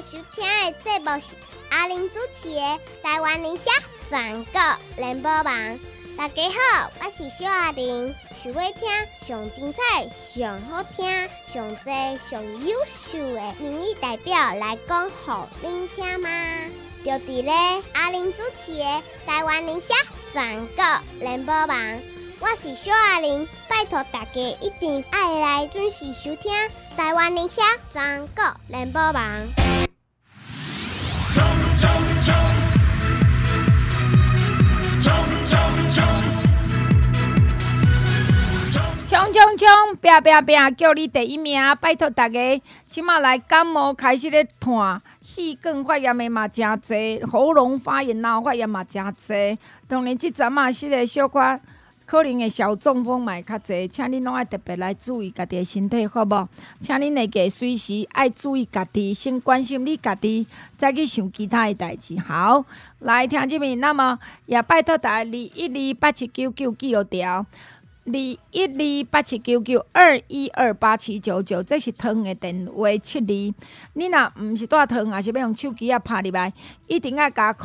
收听的节目是阿玲主持的《台湾理想全国联播网》。大家好，我是小阿玲，想要听上精彩、上好听、上多、上优秀的民意代表来讲，给您听吗？就伫咧阿玲主持的《台湾理想全国联播网》。我是小阿玲，拜托大家一定要来准时收听台湾理想全国联播网。 冲冲冲！拼拼拼！叫你第一名！拜托大家，即马来感冒开始咧喘，气管发炎的嘛真侪，喉咙发炎、脑发炎嘛真侪。当然，即阵嘛是个小可可能的小中风嘛会较侪，请恁拢爱特别来注意家己的身体，好无？请恁会记随时爱注意家己，先关心你家己，再去想其他的代志。好，来听这边，那么也拜托大家2128799记号条。212879921287799，这是汤的电话72。你若毋是带汤，也是要用手机啊拍入来，一定要加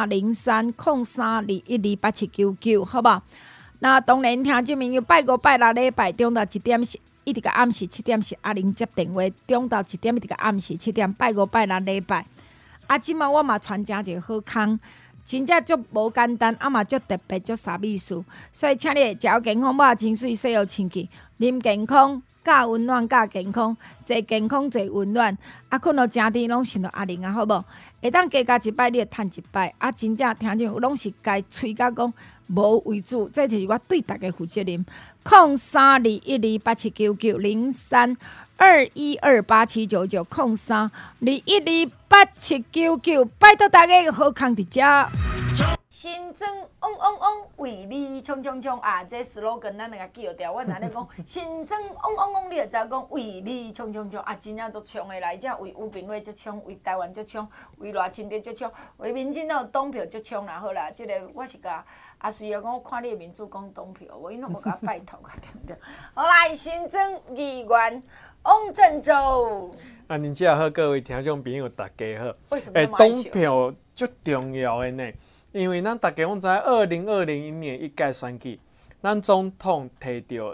030302128799，好无？那当然听这边有拜5拜6礼拜中昼1点一直到暗时7点是阿玲接电话，中昼1点一直到暗时7点，拜5拜6礼拜。啊，即马我嘛传真一个好康。真正足无简单，啊嘛足特别，足啥意思？所以请你食健康，抹清水，洗好清气，啉健康，教温暖，教健康，坐健康，坐温暖。啊，困到正甜拢想到阿玲啊，好无？会当加1摆，你会趁1摆。啊，真正听着拢是家吹甲讲无为主，这就是我对大家负责任。032128799032128799，0321287999，拜托大家好康伫遮。新增嗡嗡嗡，为你冲冲冲啊！这 slogan 咱两个记掉。我若咧讲新增嗡嗡嗡，你就知影讲为你冲冲冲啊！真正足冲的来，这为吴炳瑞足冲，为台湾足冲，为赖清德足冲，为民进党党票足冲啦！好啦，这个我是甲阿水啊讲，我看你的民主讲党票，我因拢无甲拜托啊，对不对？好来，新增议员翁振洲。 啊，您遮好，各位听众朋友，大家好。 为什么党票足重要的呢？因为咱大家拢知，2020年一届选举，咱总统摕到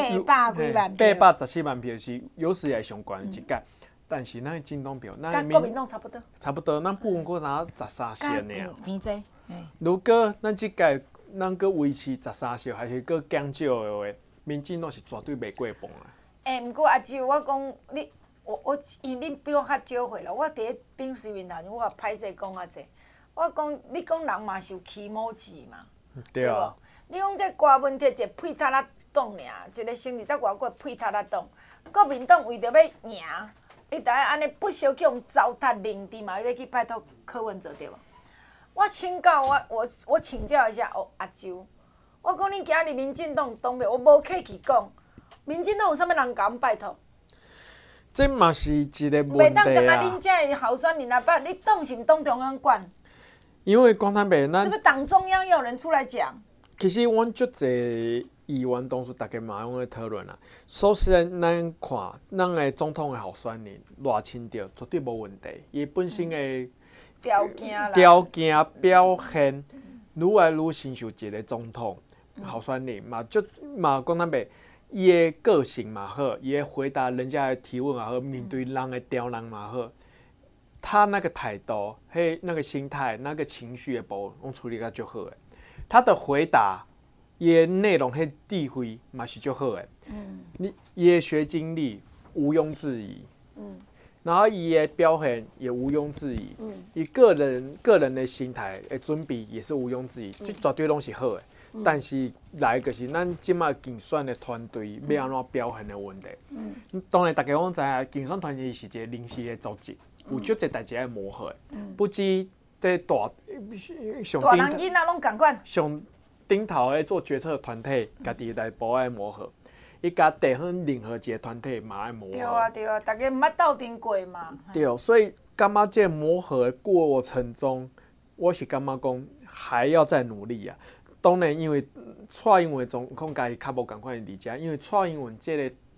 817万票是有史以来上悬的一届。但是咱的政党票， 跟国民党差不多。 差不多，咱部分搁拿13席尔。 偏济。 如果咱即届咱搁维持13席，还是搁减少的话，民进党是绝对袂过半啦。 毋过阿舅，我讲你，我因为恁比我较少岁啦，我伫咧丙水面头前，我也歹势讲啊济。我讲，你讲人嘛是有起毛字嘛， 对啊。 你讲这柯文哲一个屁塔拉党尔，一个成立才偌久屁塔拉党，国民党为着要赢，你得安尼不小去用糟蹋凌迟嘛，要去拜托柯文哲对无？我请教我请教一下阿周，我讲你今日民进党党票，我无客气讲，民进党有啥物人甲阮拜托？ 这嘛是一个问题啊。 袂当干嘛？恁遮的候选人来拜，你党是毋党中央管？ 因为讲坦白，咱是不是党中央要有人出来讲？ 其实阮足侪议员当初大家嘛用咧讨论啦。首先，咱看咱的总统的候选人赖清德绝对无问题，伊本身的条件表现愈来愈成熟一个总统候选人嘛，讲坦白，伊的个性嘛好，伊的回答人家的提问也好，面对人的刁难嘛好。他那个态度、那个心态、那个情绪的部分，拢处理得足好诶。他的回答、伊的内容、智慧嘛是足好诶。伊的学经历毋庸置疑。然后伊的表现也毋庸置疑。伊个人的心态的准备也是毋庸置疑，这绝对拢是好诶。但是来就是咱即马竞选的团队要安怎表现的问题。当然，大家拢知影，竞选团队是一个临时的组织。有足侪代志要磨合，不止在大人囡仔拢共款。 上顶头的做决策团体，家己内部爱磨合，伊甲地方任何一个团体嘛爱磨合。 对啊对啊，大家毋捌斗阵过嘛。 对，所以感觉这磨合的过程中，我是感觉讲还要再努力啊。当然，因为蔡英文总统家己较无共款的理解，因为蔡英文这个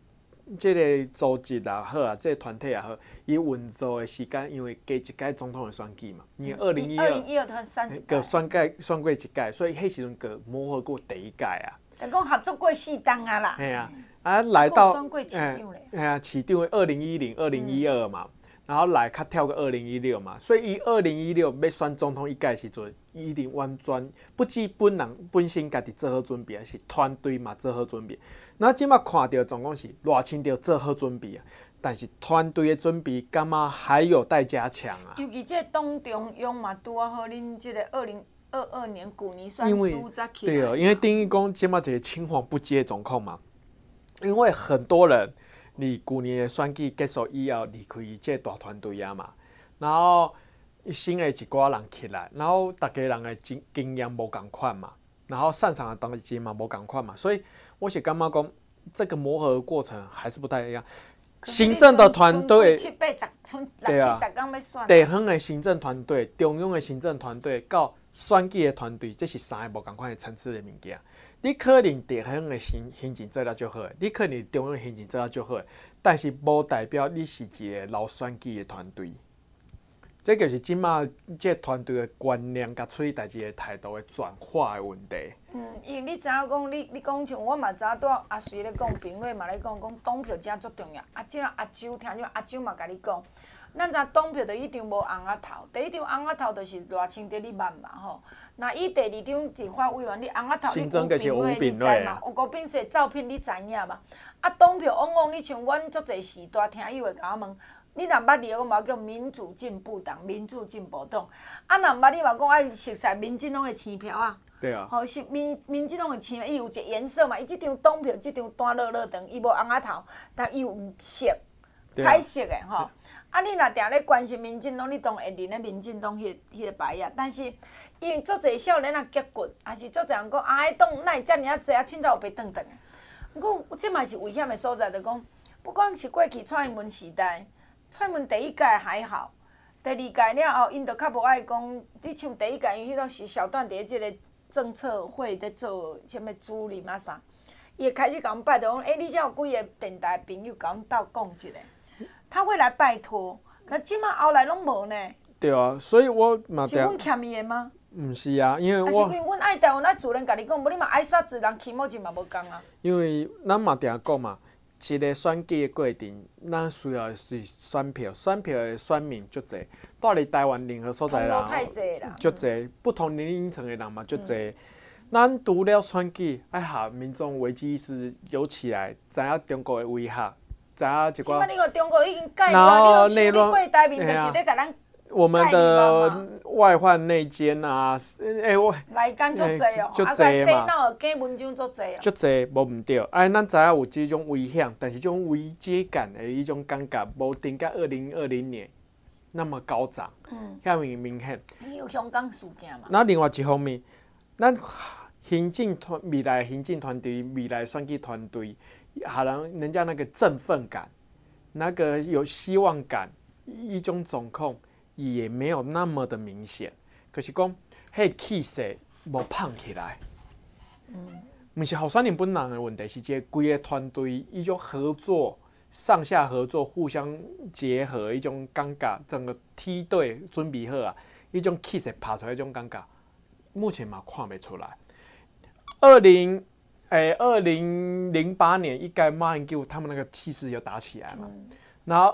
即个组织也好啊，即个团体也好，伊运作的时间，因为加一届总统的选举嘛，因为 2012他30 个选过一届，所以迄时阵个磨合过第一届啊。 就讲合作过4档啊啦。 嘿啊，来到选过市长咧。 嘿啊，市长2010、2012嘛。然后来较跳个2016嘛，所以伊2016要选总统一届时阵，伊一定完全不止本身家己做好准备，是团队嘛做好准备。那即马看到总共是偌清着做好准备啊，但是团队的准备感觉还有待加强啊。 尤其这党中央嘛，拄啊好恁即个2022年旧年选书才起来。 对哦，因为等于讲即马一个青黄不接的状况嘛，因为很多人。你旧年的选举结束以后，离开这大团队啊嘛，然后新的一寡人起来，然后大家人的经验无共款嘛，然后擅长的东西嘛无共款嘛，所以我是感觉讲这个磨合的过程还是不太一样。行政的团队，对啊，地方的行政团队、中央的行政团队，到选举的团队，这是3个无共款的层次的物件。你可能地方的行政做了就好，你可能中央的行政做了就好，但是无代表你是一个老选举的团队。这就是即马这团队的观念甲处理代志的态度的转化的问题。 因为你知影讲，你讲像我嘛知影，拄阿水咧讲，评论嘛咧讲党票真足重要。即下阿周听像阿周嘛甲你讲，咱知党票就一张无红仔头，第一张红仔头就是偌清着你万嘛吼。那伊第二张立法委员，你红仔头你有评论，你知嘛？有吴炳水照片你知影嘛？啊，党票往往你像阮足侪时代听友会甲我问。你若捌哩，我嘛叫民主进步党、民主进步党。啊，若毋捌你嘛讲爱熟悉民进党的青票啊。 对啊。 吼，是民进党的青票，伊有一个颜色嘛。伊即张党票，即张单乐乐长，伊无红仔头，但伊有色，彩色的吼。啊，你若定咧关心民进党，你当会认咧民进党迄个牌啊。但是因为足侪少年啊结棍，也是足侪人讲啊，迄党哪会遮尔啊济啊，凊彩有白转转的。不过，即嘛是危险的所在，就讲不管是过去蔡英文时代。蔡英文第一届还好，第二届了后，因就较无爱讲。你像第一届，因迄个是小段伫即个政策会咧做啥物主任啊啥，伊会开始甲阮拜托讲，你才有几个电台朋友甲阮斗讲一下，他会来拜托，可即马后来拢无呢。 对啊，所以我嘛是阮欠伊的吗？ 毋是啊，因为是因为阮爱台湾，咱自然甲你讲，无你嘛爱杀子人起毛钱嘛无共啊。 因为咱嘛定讲嘛。一个选举的过程，咱需要是选票，选票的选民足侪，住伫台湾任何所在人，足侪不同年龄层的人嘛，足侪。咱除了选举，爱下民众危机意识有起来，知影中国的威胁，知影一寡。 即摆你看中国已经介乱，你有想你过台面，就是咧甲咱。 我们的外患内奸啊， 我内奸足侪哦，啊，洗脑的假文章足侪哦， 足侪无毋对。咱知影有即种危险，但是这种危机感的迄种感觉，无顶到2020年那么高涨，遐明显。 你有香港事件嘛？ 那另外一方面，咱未来行政团队、未来选举团队，可能人家那个振奋感，那个有希望感，一种状况。也没有那么的明显，可是讲，迄气势无胖起来。毋是候选人本人的问题，是这规个团队一种合作、上下合作、互相结合一种感觉，整个梯队准备好啊，一种气势拍出来一种感觉，目前嘛看袂出来。2008年一届马英九他们那个气势有打起来嘛。然后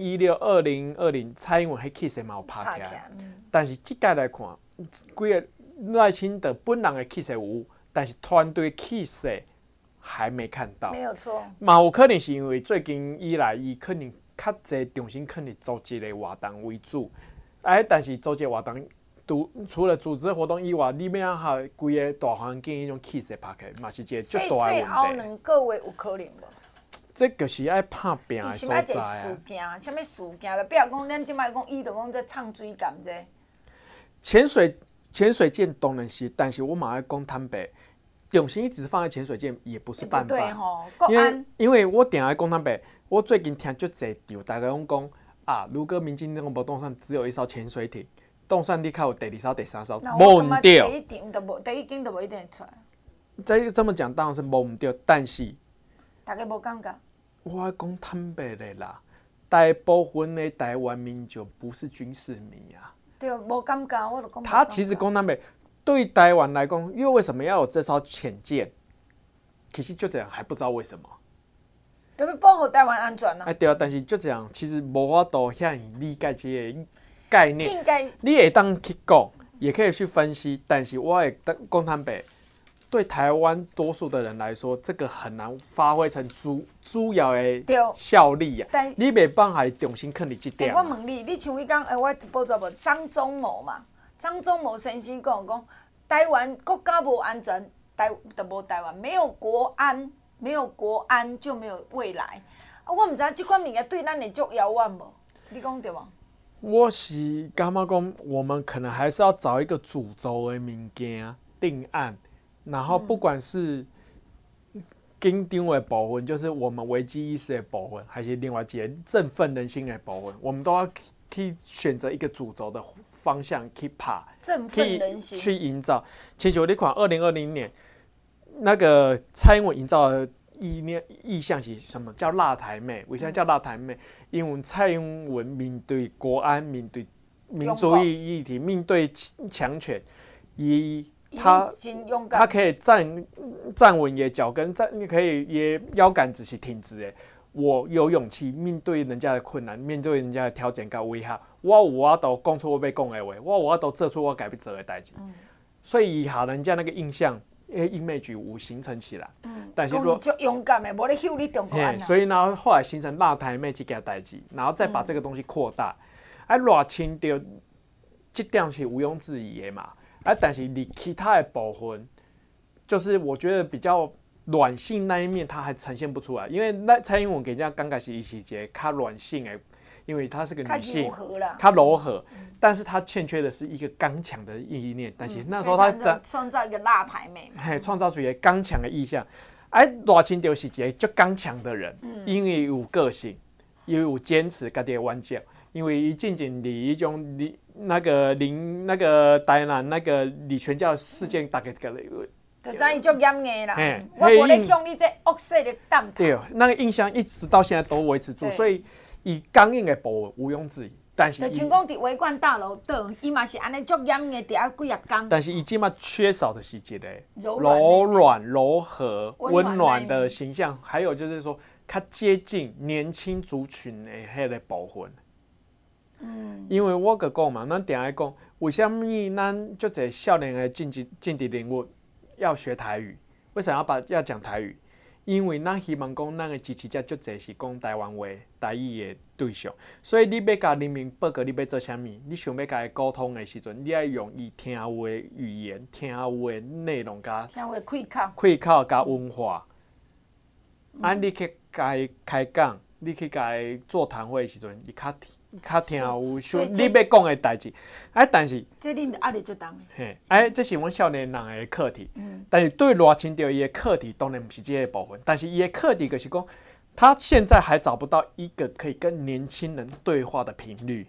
2016、2020，蔡英文迄气势嘛有拍起来，但是即届来看，几个赖清德本人的气势有，但是团队气势还没看到。 没有错。 嘛有可能是因为最近以来，伊可能较侪重心可能组织的活动为主，但是组织活动除了组织活动以外，你要哈规个大环境迄种气势拍起来，嘛是一个最大的问题。 最后2个月有可能无？ 这就是爱拍拼的所在啊！ 伊是要一个事件，啥物事件？就比如讲，咱即摆讲，伊就讲在唱水感这。 潜水舰当然是，但是我马上讲坦白，重心一直放在潜水舰也不是办法。 对吼， 因为我定来讲坦白，我最近听足侪场，大家讲啊，如果民进党无动算，只有一艘潜水艇，动算你靠有第2艘、第3艘，无毋对。 第一艇都无一定出来。 这么讲当然是无毋对，但是。 大家无感觉。 我讲坦白的啦，大部分的台湾民众不是军事迷啊。 对，无感觉，我就讲。 他其实讲坦白，对台湾来讲，又为什么要有这艘潜舰？其实就这样，还不知道为什么。 就要保护台湾安全啊。 对啊，但是就这样，其实无法度向你理解这个概念。 应该。 你会当去讲，也可以去分析，但是我会讲坦白。对台湾多数的人来说，这个很难发挥成主要的效力啊！你袂放还重新看你这点。 我问你，你像伊讲，我报纸无张忠谋嘛？张忠谋先生讲，台湾国家无安全，就无台湾，没有国安，没有国安就没有未来。我唔知这款物件对咱会足遥远无？你讲对无？ 我是感觉讲，我们可能还是要找一个主轴的物件定案。然后不管是紧张的部分，就是我们危机意识的部分，还是另外一个振奋人心的部分，我们都要去选择一个主轴的方向去拍， 振奋人心， 去营造。其实你看2020年那个蔡英文营造的意象是什么？叫辣台妹。为什么叫辣台妹？因为蔡英文面对国安、面对民族议题、面对强权，他可以站稳也脚跟，可以也腰杆子是挺直的。我有勇气面对人家的困难，面对人家的挑战跟威胁，我有法度讲出我要讲的话，我有法度做出我该做的代志。所以以下人家那个印象，image 有形成起来。但是说你就勇敢的，无咧唬你中国人。 所以呢，后来形成辣台妹这件代志，然后再把这个东西扩大，热清掉，这点是毋庸置疑的嘛。但是你其他的部分，就是我觉得比较软性那一面，它还呈现不出来。因为蔡英文给人家刚开始一个较软性的，因为她是个女性，她柔和，但是她欠缺的是一个刚强的意念。但是那时候她创造一个辣台妹， 创造出一个刚强的意象。赖清德是一个足刚强的人，因为有个性，又有坚持家己的原则。因为伊进前离迄种那个台南那个李全教事件，大家就知伊足严硬啦。我无咧向你这恶势的担头。 对，那个印象一直到现在都维持住，所以以刚硬的部分毋庸置疑。但是， 就像讲伫维冠大楼倒，伊嘛是安尼足严硬伫遐几啊工。 但是伊即马缺少的是一个柔软、柔和、温暖的形象，还有就是说，较接近年轻族群的迄个部分。因为我个讲嘛，咱定爱讲，为什么咱就这少年的政治人物要学台语？为什么要讲台语？因为咱希望讲，咱的支持者就这是讲台湾话、台语的对象，所以你要甲人民报告你要做啥物，你想要甲伊沟通的时阵，你要用伊听有的语言、听有的内容加听有的开口加文化，你去甲伊开讲。你去甲伊座谈会的时阵，伊较听有你要讲的代志，但是这恁压力最重的。 这是阮少年人的课题。但是对赖清德伊的课题当然不是这个部分，但是伊的课题就是讲，他现在还找不到一个可以跟年轻人对话的频率。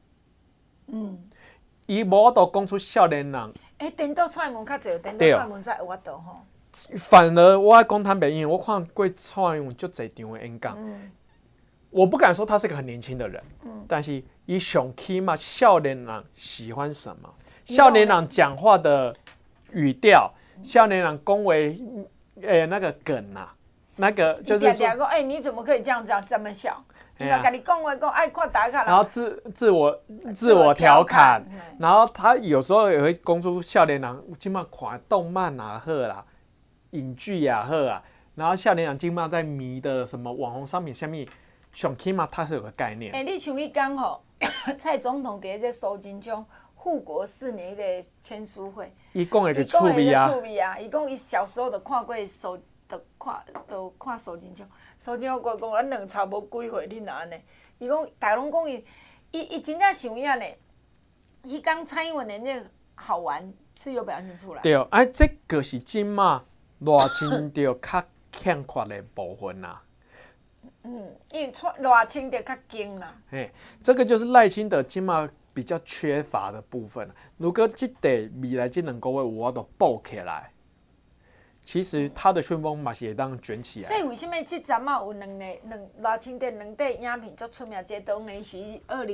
伊无法度讲出少年人。 颠倒踹门较侪，颠倒踹门使有法度吼。 反而我爱讲坦白，因为我看过蔡英文足侪场的演讲。我不敢说他是个很年轻的人，但是以上起码少年人喜欢什么？少年人讲话的语调，少年人讲话那个梗啊，那个就是说， 你怎么可以这样么笑？伊嘛跟你讲话讲爱看大家， 然后自我调侃，然后他有时候也会讲出少年人今嘛看动漫啊好啦，影剧啊好啊，然后少年人今嘛在迷的什么网红商品下面。上起码它是有个概念。 你像伊讲吼，蔡总统伫这苏贞昌护国4年的签书会， 伊讲的个趣味啊， 伊讲伊小时候就看过就看苏贞昌，苏贞昌讲咱2差无几岁，你若安尼，伊讲大家拢讲伊真正想影呢。伊讲蔡英文的那个好玩是有表现出来。 对，这个是今嘛赖清德较欠缺的部分啦。 因为赖清德较精啦。 这个就是赖清德今嘛比较缺乏的部分。如果这未来这2个月有法度补起来， 其实它的旋风嘛是会当卷起来。 所以为什么这阵啊有热清店两块影片足出名？一个当然是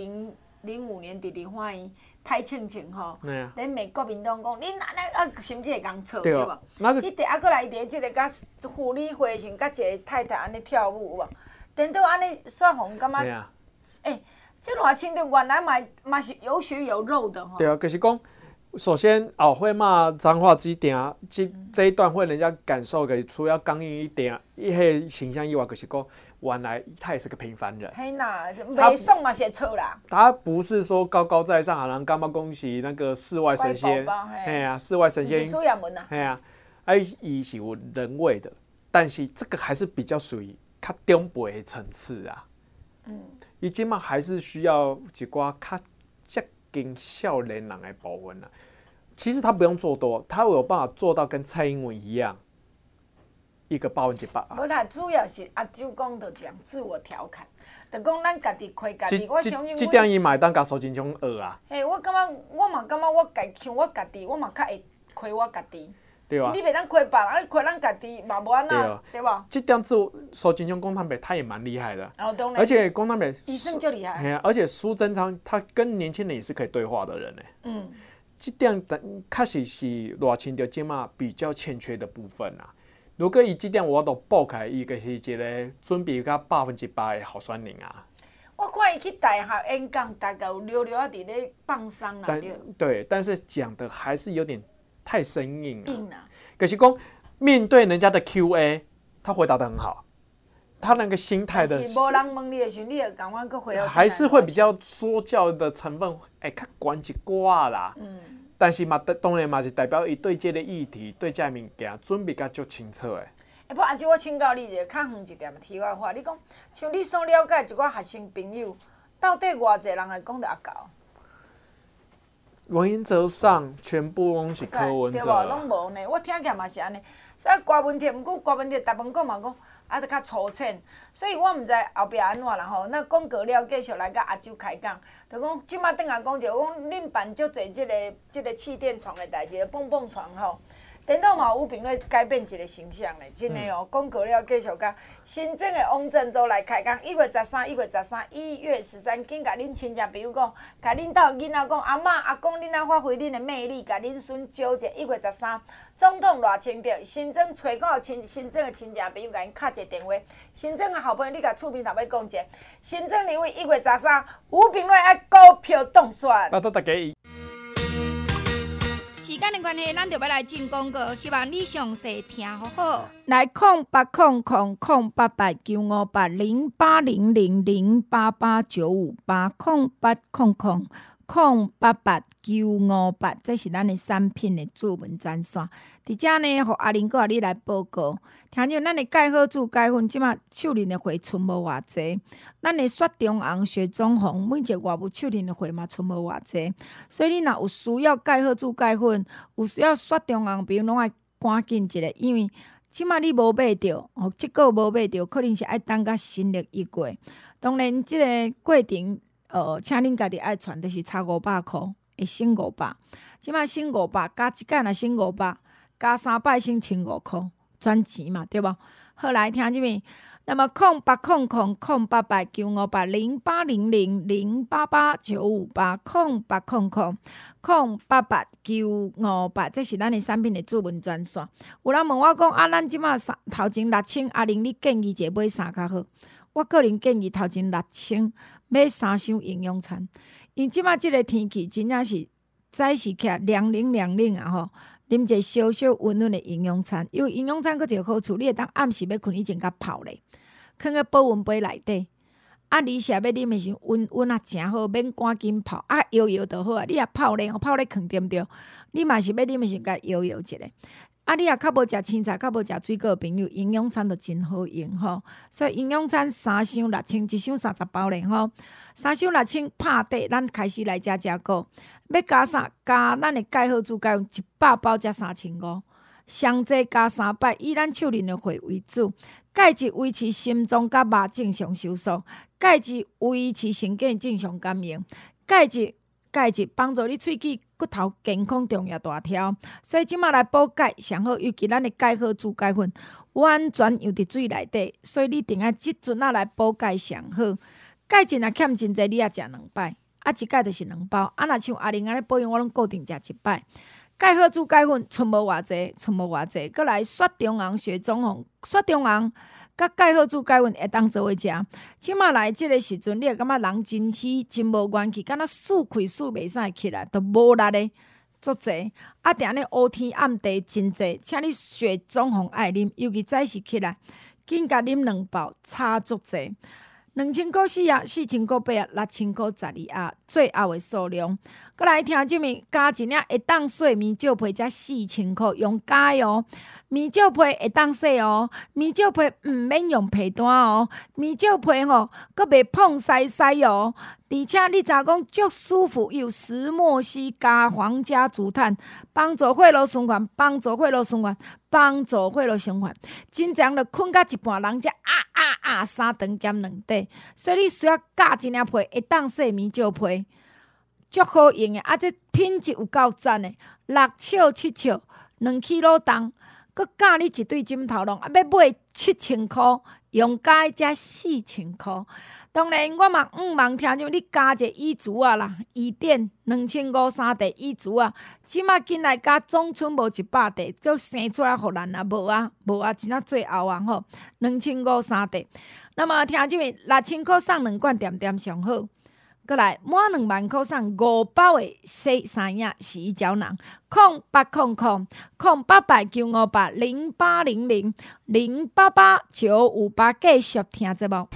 2005年伫花园拍庆庆吼，咱美国民党讲，恁甚至会共错对无？伊第啊，过来伫即个甲妇女会上，甲一个太太安尼跳舞有无？等到安尼煞红感觉，这热清店原来嘛是有血有肉的吼。 对啊，就是讲。首先，会骂脏话这一段会人家感受个除了刚硬一点，迄形象以外，就是讲原来他也是个平凡人。 天哪，袂爽嘛是错啦。 他不是说高高在上，好像干嘛恭喜那个世外神仙，嘿啊，世外神仙。 是苏亚文啊。 嘿啊，伊是有人味的，但是这个还是比较属于较中辈的层次啊。伊即嘛还是需要一寡较跟少年人的部分啦，其实他不用做多，他有办法做到跟蔡英文一样，一个100%。 无啦，主要是阿周讲的讲自我调侃，就讲咱家己开家己。我相信。这点伊嘛会当甲苏金昌学啊。 嘿，我嘛感觉我像我家己，我嘛较会开我家己。 对啊。 你袂当开别人，你开咱家己嘛无安那，对吧？ 这点苏金昌、龚坦北他也蛮厉害的。 当然。 而且龚坦北医生就厉害。 嘿啊，而且苏贞昌他跟年轻人也是可以对话的人呢。这点确实是热清着即马比较欠缺的部分啊。如果伊这点我都报开，伊就是一个准备到100%的候选人啊。 我看伊去大学演讲，大概有溜啊伫咧放松啦。 对，但是讲的还是有点太生硬了。可是讲面对人家的 Q&A， 他回答得很好，他那个心态的。 是无人问你的时候，你会赶快去回。 还是会比较说教的成分，较悬一寡啦。但是嘛，当然嘛是代表伊对这个议题、对这个物件准备甲足清楚的。 不，阿舅，我请教你一个较远一点的题外话，你讲像你所了解一寡学生朋友，到底偌济人会讲到阿高？ 原则上，全部拢是柯文哲。 对无，拢无呢。我听起来嘛是安尼。所以郭文哲，毋过郭文哲逐饭讲嘛讲，啊，较粗浅。所以我毋知后壁安怎啦吼。那讲过了，继续来甲阿周开讲，就讲即摆转来讲者，讲恁办足侪即个气垫床的代志，蹦蹦床吼。等到嘛有评论改变一个形象嘞，真的哦。讲过了，继续甲新增的汪振洲来开讲。1月13、1月13，紧甲恁亲戚朋友讲，甲恁兜囡仔讲，阿嬷、阿公，恁啊发挥恁的魅力，甲恁孙招者。1月13，总统热清着，新增找到新增的亲戚朋友，甲因敲一个电话。新增的好朋友，你甲厝边头尾讲者。新增立委1月13，有评论爱股票当选。 大家。 时间的关系，咱就要来进广告，希望你详细听好好。来0800-088958088958，这是咱的产品的注文专线。伫遮呢，互阿玲哥你来报告。听着，咱的钙好珠钙粉，即马手链的货剩无偌济。咱的雪中红、雪中红，每一个外母手链的货嘛剩无偌济。所以你若有需要钙好珠钙粉，有需要雪中红，比如拢爱赶紧一个，因为即马你无买着，即个无买着，可能是爱等到新历1月。当然，即个过程，请恁家己爱传，就是差500块，会省500。即马省500，加一届若省500。加3摆省1500块，转钱嘛，对无？好，来听即面。那么0800-0800-088958-0800-0800-0800-958，这是咱的产品的注文专线。有人问我讲啊，咱即马头前6000，阿玲你建议一个买啥较好？我个人建议头前6000买3箱营养餐，因为即马即个天气真正是早时起来凉冷啊吼。啉一个小小温润的营养餐，因为营养餐佫一个好处，你会当暗时要困以前甲泡咧，放个保温杯内底。啊，你是要啉的时候温啊，诚好，免赶紧泡，啊摇就好啊。你若泡咧困对毋对？你嘛是要啉的时候甲摇一下。啊，你若较无食青菜，较无食水果的朋友，营养餐就真好用吼。所以营养餐3箱6000，一箱30包咧吼。3箱6000拍底，咱开始来食果。要加啥？加咱的钙好珠钙100包才3500，上济加3摆，以咱手链的货为主。钙质维持心脏甲肉正常收缩，钙质维持神经正常感应，钙质钙质帮助你喙齿骨头健康重要大条，所以即马来补钙上好，尤其咱的钙好珠钙粉完全用伫水内底，所以你一定爱即阵仔来补钙上好。钙质若欠真济，你也食2摆，一摆就是2包。若像阿玲安尼保养，我拢固定食1摆。钙好珠钙粉剩无偌济，搁来雪中红、雪中红、雪中红。甲钙好珠钙粉会当做伙食，即马来即个时阵，你会感觉人真虚，真无元气，敢若输气输袂使起来，都无力的，足济。定安尼乌天暗地真济，请你雪中红爱啉，尤其早时起来，紧甲啉2包，差足济。2000块4盒，4000块8盒，6000块12盒，最后的数量。搁来听即面加一领会当洗面罩被才4000块，用加的哦。面罩被会当洗哦，面罩被毋免用被单哦，面罩被吼阁袂碰西西哦，而且你知影讲足舒服，有石墨烯加皇家竹炭，帮助血路循环，帮助血路循环，帮助血路循环，真正就困到一半人才3顿兼2底，所以你需要加一领被会当洗面罩被，足好用的，这品质有够赞的，6尺7尺，2 kg 重。佮教你一对枕头笼，要买7000块，用加才4000块。当然，我嘛望听众你加一个椅子啊啦，椅垫2503地椅子啊，即马紧来加总剩无100地，就生出来互咱啊，无啊，真啊最后啊吼，2503地。那么听众们，6000块送2罐点点上好。过来满2万块送5包的洗衫液洗衣胶囊，0800-0800-0888-958继续听节目。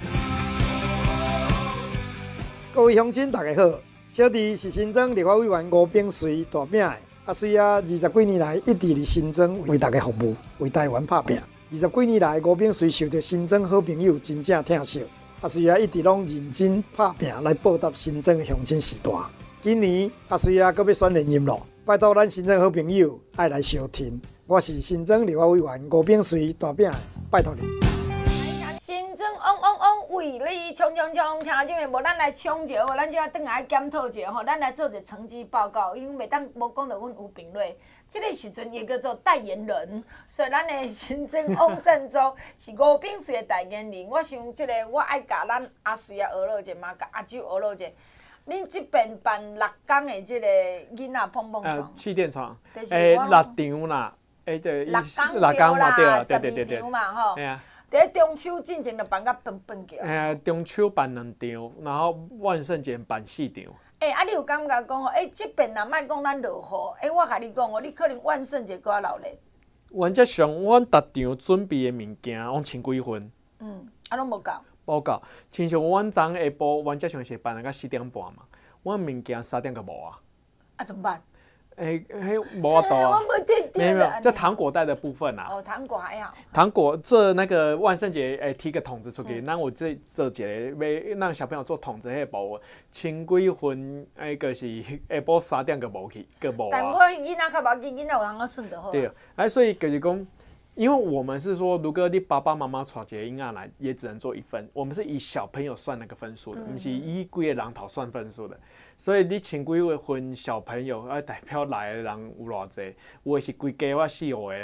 各位乡亲大家好，小弟是新庄立法委员吴炳随大饼的，随20几年来一直伫新庄为大家服务，为台湾拍拼。20几年来，吴炳随受到新庄好朋友真正疼惜。随一直拢认真拍拼来报答新庄的乡亲时代。今年随搁要选连任咯，拜托咱新庄好朋友爱来相挺。我是新庄立法委员吴炳随大饼，拜托你。 新庄嗡嗡嗡，为你冲冲冲，听众们，无咱来冲一下，咱就要转来检讨一下吼，咱来做一个成绩报告，因为袂当无讲到阮吴炳瑞。这个时阵也叫做代言人，所以咱的新庄汪振洲是吴炳随的代言人。我想这个我爱甲咱阿水啊学落者嘛，甲阿周学落者。恁这边办6工的这个囡仔碰碰床， 气垫床， 就是 6场啦，对，6工嘛对啊，对。 12场嘛吼。 哎呀， 伫中秋进前就办甲饭叫。 哎呀，中秋办2场，然后万圣节办4场。 你有感觉讲吼？这边若莫讲咱落雨，我甲你讲哦，你可能万圣节搁较闹热。 原则上，阮逐场准备的物件，拢千几份。 拢无够。 无够，亲像阮昨下晡，原则上是办到4点半嘛，阮物件3点就无啊。 怎么办？ 无法度啊。 我无对没有，这糖果袋的部分啊。 糖果还好。 糖果做那个万圣节，提个筒子出去，咱有做一个要让小朋友做筒子迄部，千几份，就是下晡3点就无去，就无啊。 但我囡仔较无要紧，囡仔有通个算就好。 对，所以就是讲。因为我们是说，如果你爸爸妈妈带一个婴儿来，也只能做1份。我们是以小朋友算那个分数的，不是以几个人头算分数的。所以你千几份小朋友，代表来的人有偌济？有的是规家我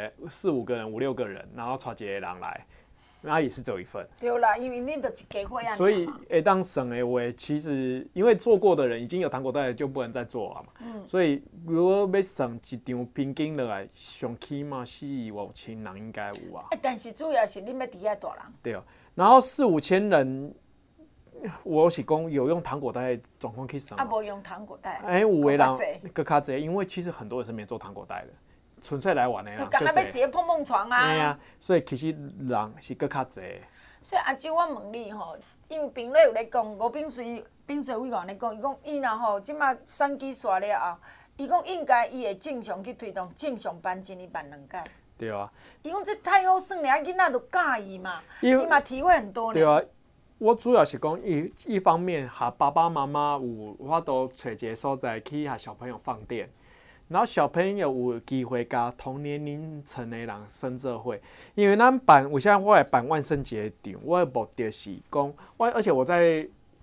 4、5个人、5、6个人，然后带一个人来，那也是只有1份。 对啦，因为恁就一家伙啊。 所以当省的话，其实因为做过的人已经有糖果袋了，就不能再做了嘛。所以如果要省一场平均落来，上起码4、5千人应该有啊。 但是主要是恁要伫遐大人。 对啊，然后4、5千人，我是讲有用糖果袋总共可以省。 无用糖果袋。 有的人更较济，因为其实很多人是没做糖果袋的。纯粹来玩的啦， 就要坐碰碰床啊。 对啊，所以其实人是更较济。 所以阿周，我问你吼，因为评论有咧讲，吴炳随委员咧讲，伊讲伊若吼即马选举刷了后，伊讲应该伊会正常去推动正常办1年办2届。 对啊。 伊讲这太好算了，囡仔都介意嘛，伊嘛体会很多呢。 对啊，我主要是讲一方面，哈爸爸妈妈有法度找一个所在去和小朋友放电。然后小朋友有机会甲同年龄层的人生做伙，因为咱办，为啥我来办万圣节场？我的目的是讲，而且我在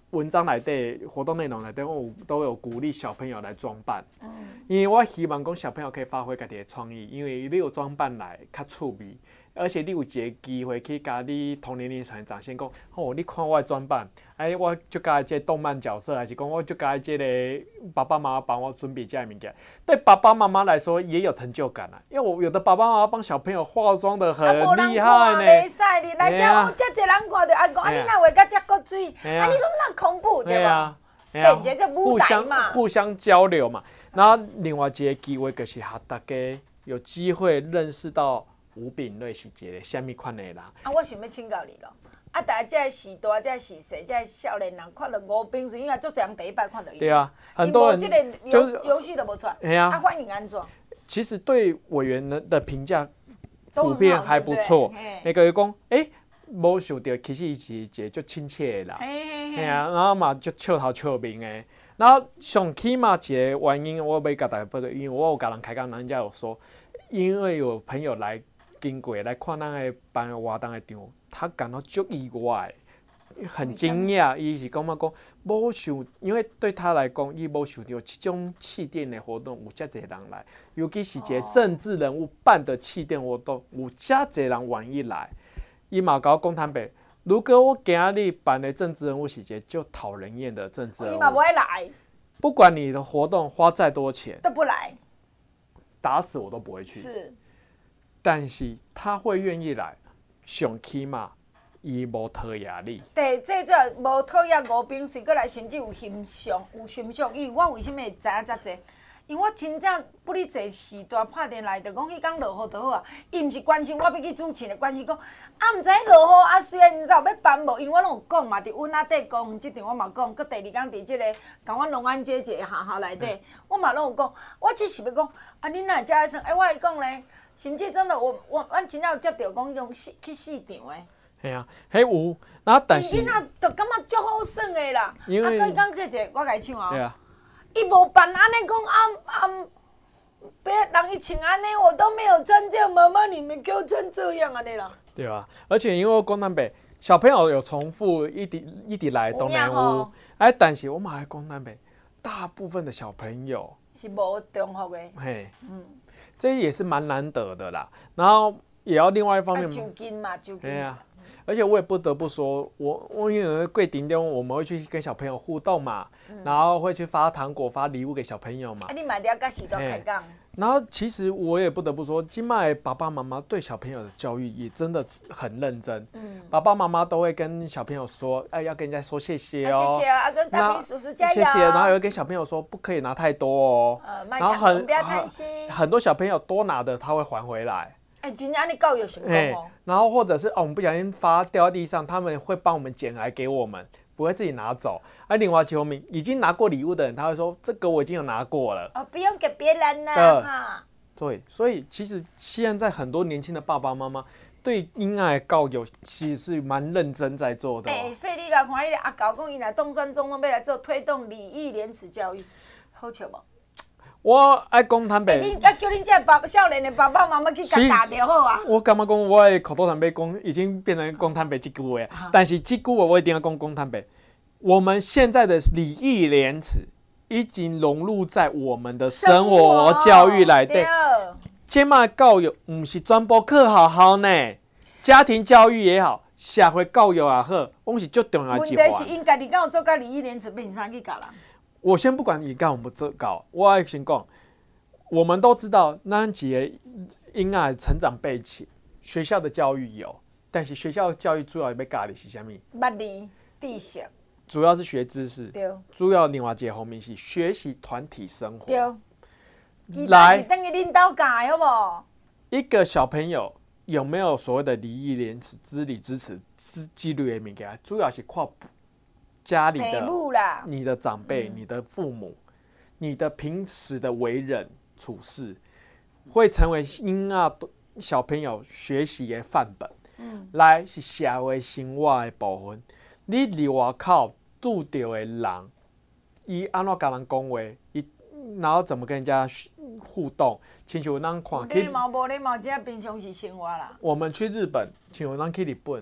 文章内底活动内容内底，我都有鼓励小朋友来装扮，因为我希望讲小朋友可以发挥家己的创意，因为你有装扮来较趣味，而且你有一个机会去甲你同年龄层展现讲，哦，你看我的装扮，哎，我就甲这动漫角色，还是讲我就甲这个爸爸妈妈帮我准备这物件，对爸爸妈妈来说也有成就感啊，因为有的爸爸妈妈帮小朋友化妆的很厉害呢。 袂使你来遮，遮济人看到啊，讲啊你哪画甲遮国水，啊你怎么那恐怖对吧？对，这就舞台嘛， 互相交流嘛。然后另外一个机会就是让大家有机会认识到吴秉睿是一个什么款的人。 啊，我想要请教你咯。啊，大家这时大，这时细，这少年人看到吴秉睿，因为足侪人第一摆看到伊。 对啊，很多人这个游戏都无出。 哎呀， 啊，反应安怎？ 其实对委员的评价普遍还不错。那个讲，无想到其实伊是一个足亲切的人。嘿啊，然后嘛足笑头笑面的。然后上起码一个原因，我要甲大家报告，因为我有甲人开讲，人家有说，因为有朋友来经过来看咱的办活动的场，他感到足意外，很惊讶。伊是感觉讲，无想，因为对他来讲，伊无想到这种气垫的活动有遮侪人来，尤其是一个政治人物办的气垫活动，有遮侪人愿意来。伊嘛甲我讲坦白，如果我今日办的政治人物是一个就讨人厌的政治人物， 伊嘛不会来。 不管你的活动花再多钱， 都不来， 打死我都不会去。 是， 但是他会愿意来，上起码伊无讨压力。 对，最主要无讨厌吴秉睿，过来甚至有欣赏，伊我为什么会知影遮济？因为我真正不哩坐时代拍电来，就讲迄天落雨就好啊。伊毋是关心我要去主持的，关心讲啊，毋知落雨啊，虽然毋知有要办无，因为我拢有讲嘛，伫温仔底讲，即场我嘛讲，佮第二天伫即个甲阮龙安街一个学校内底，我嘛拢有讲，我只是要讲啊，恁若遮会算，我会讲咧，甚至真的阮真正有接到讲迄种去市场的。 系啊，迄有，然后但是伊囡仔就感觉足好耍的啦， 因为啊，佮伊讲这个，我甲伊唱啊。 对啊。 伊无办安尼讲别人伊穿安尼，我都没有穿这样，妈妈你们给我穿这样安尼啦。 对啊，而且因为讲南北小朋友有重复一直来当然有，但是我嘛还讲南北，大部分的小朋友是无重复的。 嘿，这也是蛮难得的啦。然后也要另外一方面， 就近嘛，就近。 对啊。而且我也不得不说，我因为贵顶中我们会去跟小朋友互动嘛，然后会去发糖果、发礼物给小朋友嘛。 你买掉甲许多开讲。 然后其实我也不得不说，今麦爸爸妈妈对小朋友的教育也真的很认真。爸爸妈妈都会跟小朋友说，要跟人家说谢谢哦， 谢谢啊，跟大明叔叔加油。 谢谢，然后也会跟小朋友说不可以拿太多哦。 然后不要贪心。 很多小朋友多拿的他会还回来。 真正你教育成功哦。 然后或者是我们不小心掉在地上，他们会帮我们捡来给我们，不会自己拿走。另外几名已经拿过礼物的人，他会说这个我已经有拿过了。 不用给别人了哈。 对，所以其实现在很多年轻的爸爸妈妈对婴儿的教育其实是蛮认真在做的。 所以你来看，迄个阿高讲伊来东山总统要来做推动礼义廉耻教育，好笑无？ 我爱讲坦白， 你叫恁这少年的爸爸妈妈去甲打就好啊。 我感觉讲我的口头坦白讲，已经变成讲坦白这句话，但是这句话我一定要讲坦白。我们现在的礼义廉耻已经融入在我们的生活教育内底。现在教育不是全部课好好呢，家庭教育也好，社会教育也好，我是最重要的一环。 问题是因家己敢有做到礼义廉耻，凭啥去教人？ 我先不管你干我们做搞，我要先讲，我们都知道那几个婴儿成长背景，学校的教育有，但是学校的教育主要要教的是什么？ 物理、知识， 主要是学知识。 对。 主要另外一个方面是学习团体生活。 对。来，等于恁兜教的好不？ 一个小朋友有没有所谓的礼义廉耻、知礼知耻、纪律的物件，主要是靠家里的你的长辈、你的父母、你的平时的为人处事，会成为婴儿小朋友学习的范本。来是社会生活的部分。你伫外口拄到的人，伊安怎跟人讲话，然后怎么跟人家互动，亲像咱看礼貌无礼貌，这平常时生活啦。 我们去日本，像咱去日本。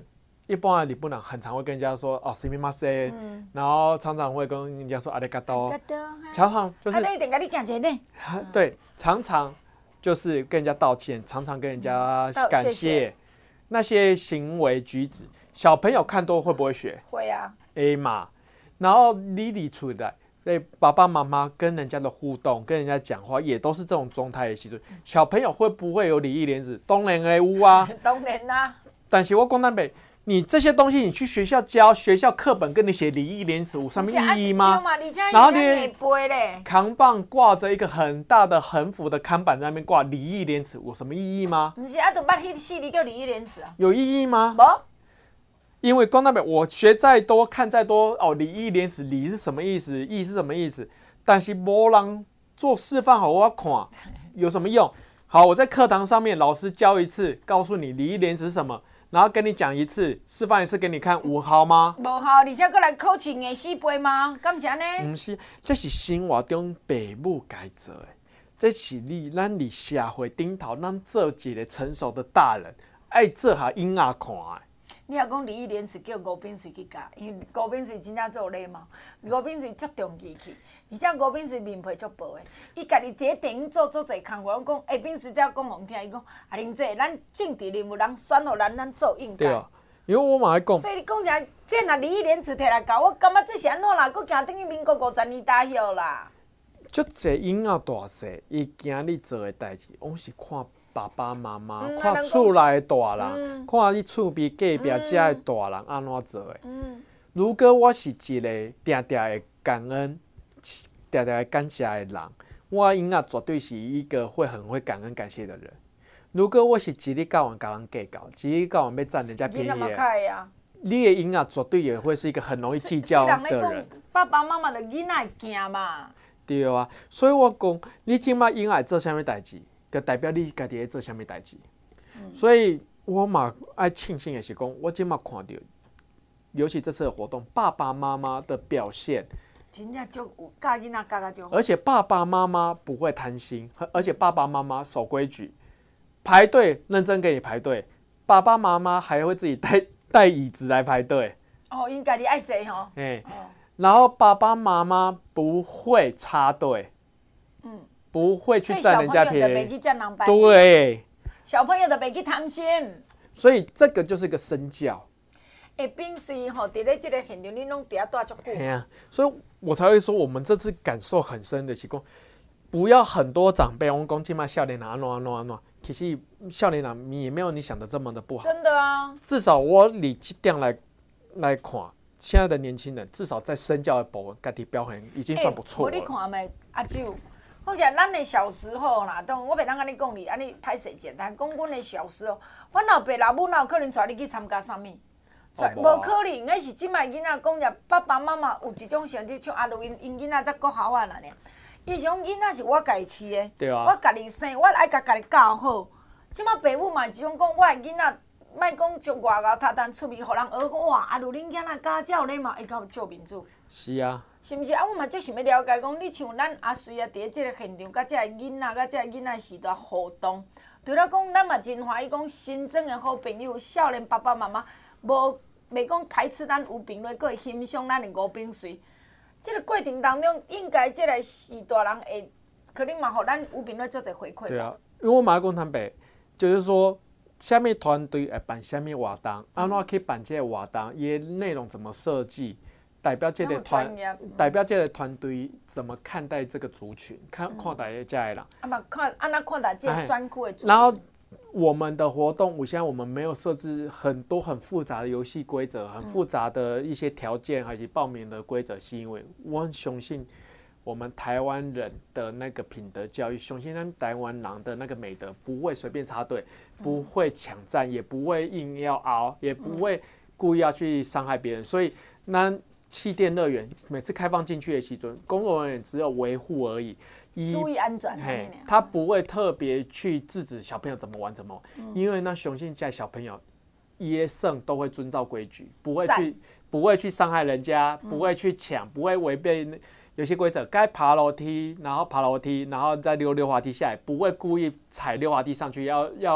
一般的日本人很常会跟人家说哦すみません，然后常常会跟人家说ありがとう，常常就是一定跟你讲一呢。 对，常常就是跟人家道歉，常常跟人家感谢。那些行为举止，小朋友看多会不会学？ 会啊。 嘛，然后理出来，对爸爸妈妈跟人家的互动，跟人家讲话，也都是这种状态的时阵。小朋友会不会有礼义廉耻？当然会有啊。 当然啦。 但是我讲南北，你这些东西你去学校教，学校课本跟你写礼义廉耻有什么意义吗？然后你扛棒挂着一个很大的横幅的看板在那边挂礼义廉耻，有什么意义吗？ 不是啊，就捌迄四字叫礼义廉耻啊。 有意义吗？ 无。 因为光那边我学再多看再多哦，礼义廉耻，礼是什么意思？义是什么意思？但是没人做示范好我看有什么用？好，我在课堂上面老师教一次，告诉你礼义廉耻是什么，然后跟你讲一次，示范一次给你看，有效吗？ 无效，而且搁来考试硬死背吗？敢是安尼？ 不是，这是生活中父母该做的，这是咱伫社会顶头，咱做一个成熟的大人，爱做下囡仔看的。 你若讲礼义廉耻，叫吴炳瑞去教，因为吴炳瑞真正做礼貌，吴炳瑞足重义气，而且吴炳瑞面皮足薄的，伊家己一个电影做侪工课，我讲，炳瑞才讲互听，伊讲，啊，玲姐，咱政治任务人选互咱做应该。 对啊，因为我嘛爱讲。 所以你讲啥，这若礼义廉耻摕来教，我感觉这是安怎啦？佫行等于民国50年大晓啦。 足侪囡仔大细，伊今日做的代志，拢是看爸爸妈妈，看厝内的大人，看你厝边隔壁遮的大人安怎做的。如果我是一个定定的感恩、定定的感谢的人，我囡仔绝对是一个很会感恩感谢的人。如果我是一日到晚甲人计较，一日到晚要占人家便宜的，你的囡仔绝对也会是一个很容易计较的人。 爸爸妈妈的囡仔惊嘛。 对啊，所以我讲，你即摆囡仔做啥物代志？就代表你家己在做啥物代志，所以我嘛爱庆幸的是讲，我今嘛看到，尤其这次的活动，爸爸妈妈的表现， 真正就教囡仔教就好， 而且爸爸妈妈不会贪心，而且爸爸妈妈守规矩，排队认真给你排队，爸爸妈妈还会自己带椅子来排队。 哦，因家己爱坐吼。 然后爸爸妈妈不会插队。不会去占人家便宜，对， 小朋友就袂去贪心， 所以这个就是一个身教。 炳瑞吼，伫咧这个现场，恁拢伫遐待足久。 对啊，所以我才会说，我们这次感受很深的是讲，不要很多长辈讲今麦少年人安怎，其实少年人也没有你想的这么的不好。 真的啊， 至少我以这点来看，现在的年轻人至少在身教的部分，家己表现已经算不错了。 你看没，阿舅。况且咱的小时候啦，我袂当安尼讲你，安尼歹势简单。讲阮的小时候，阮老爸老母哪有可能带你去参加啥物？无可能，那是即摆囡仔讲着，爸爸妈妈有一种想法，像阿路因囡仔才国校啊啦呢。伊种囡仔是我家己饲的， 对啊， 我家己生，我爱家己教好。即摆爸母嘛是种讲，我的囡仔莫讲从外头读单出面，互人学讲哇，阿路恁囝仔家教礼貌，会到做民主。 是啊。 是毋是啊？我嘛最想要了解讲，你像咱阿水啊，伫咧即个现场，甲即个囡仔，甲即个囡仔时代互动，除了讲，咱嘛真欢喜讲新增的好朋友，少年爸爸妈妈袂讲排斥咱吴炳瑞，佫会欣赏咱的吴炳瑞。即个过程当中，应该即个时代人会可能嘛，互咱吴炳瑞做者回馈吧。 对啊，因为我嘛讲坦白，就是说，虾米团队会办虾米活动，安怎去办这个活动，伊的内容怎么设计？代表这个团队怎么看待这个族群，看待这些人。 啊嘛，安怎看待这个选区的族群。 然后我们的活动，现在我们没有设置很多很复杂的游戏规则，很复杂的一些条件，还是报名的规则，是因为我很相信我们台湾人的那个品德教育，相信咱台湾人的那个美德，不会随便插队，不会抢占，也不会硬要熬，也不会故意要去伤害别人，所以那。气垫乐园每次开放进去的时阵，工作人员只有维护而已， 注意安全。 他不会特别去制止小朋友怎么玩，因为那雄性在小朋友耶圣都会遵照规矩，不会去伤害人家，不会去抢，不会违背有些规则。该爬楼梯，然后爬楼梯，然后再溜滑梯下来，不会故意踩溜滑梯上去，要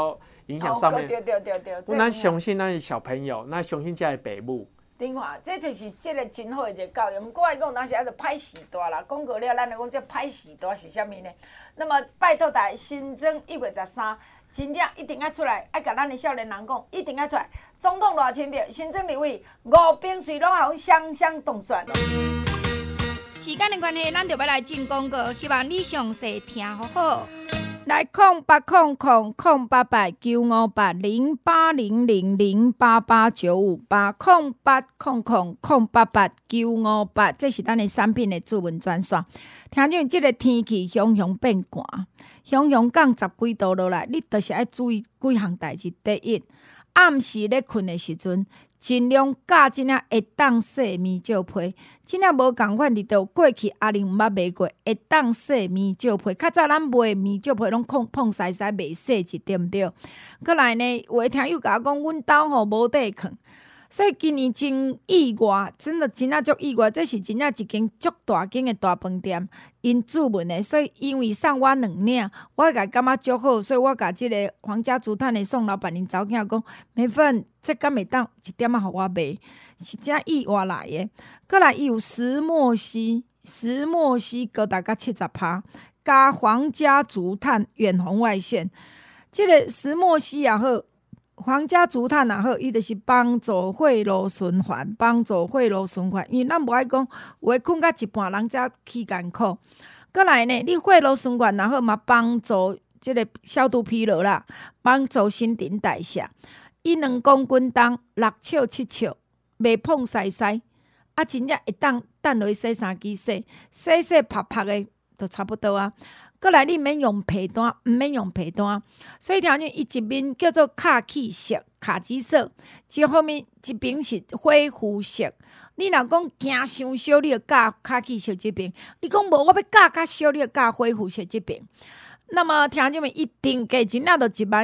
影响上面。 对。 咱相信咱是小朋友，咱相信这父母。 顶看，这就是这个真好的一个教育。不过我讲，当时还是歹时代啦。讲过了，咱来讲这歹时代是啥物呢？那么拜托大家，新增1月13，真正一定要出来，爱甲咱的少年人讲，一定要出来。总统偌清着，新增立委5边水拢好双双当选。 时间的关系，咱就要来进广告，希望你详细听好好。来0800-088-958，0800-088-958，0800-088-958，这是咱的产品的主文专线。听见这个天气熊熊变寒，熊降10几度落来，你就是要注意几项代志。第一，暗时咧困的时阵，尽量加一领会当洗面罩被。即领无共款，伫倒过去阿玲毋捌买过会当洗面罩被。较早咱买面罩被拢碰洗洗袂洗一点对。过来呢，有的听友甲我讲，阮兜吼无地囥，所以今年真意外，真的足意外。这是真正一间足大间的大饭店，因注文的，所以因为送我2领，我感觉足好，所以我甲即个皇家竹炭的宋老板因查某囝讲，美粉，这敢会当一点仔互我卖，是真意外来的。过来伊有石墨烯高达到70%，加皇家竹炭远红外线。即个石墨烯也好，皇家竹炭也好，伊就是帮助血路循环，因为咱无爱讲，有诶困到一半人才起艰苦。过来呢，你血路循环也好，嘛帮助即个消毒疲劳啦，帮助新陈代谢。伊2公斤重，6笑7笑，袂碰洗洗。真正会当等落去洗衫机洗拍拍的，就差不多啊。过来你免用皮单，毋免用皮单。所以听见伊一面叫做卡其色、卡其色，一后面一边是火肤色。你若讲惊伤小，你就教卡其色这边；你讲无，我要教较小，你就教火肤色这边。那么听见没？一定价钱那就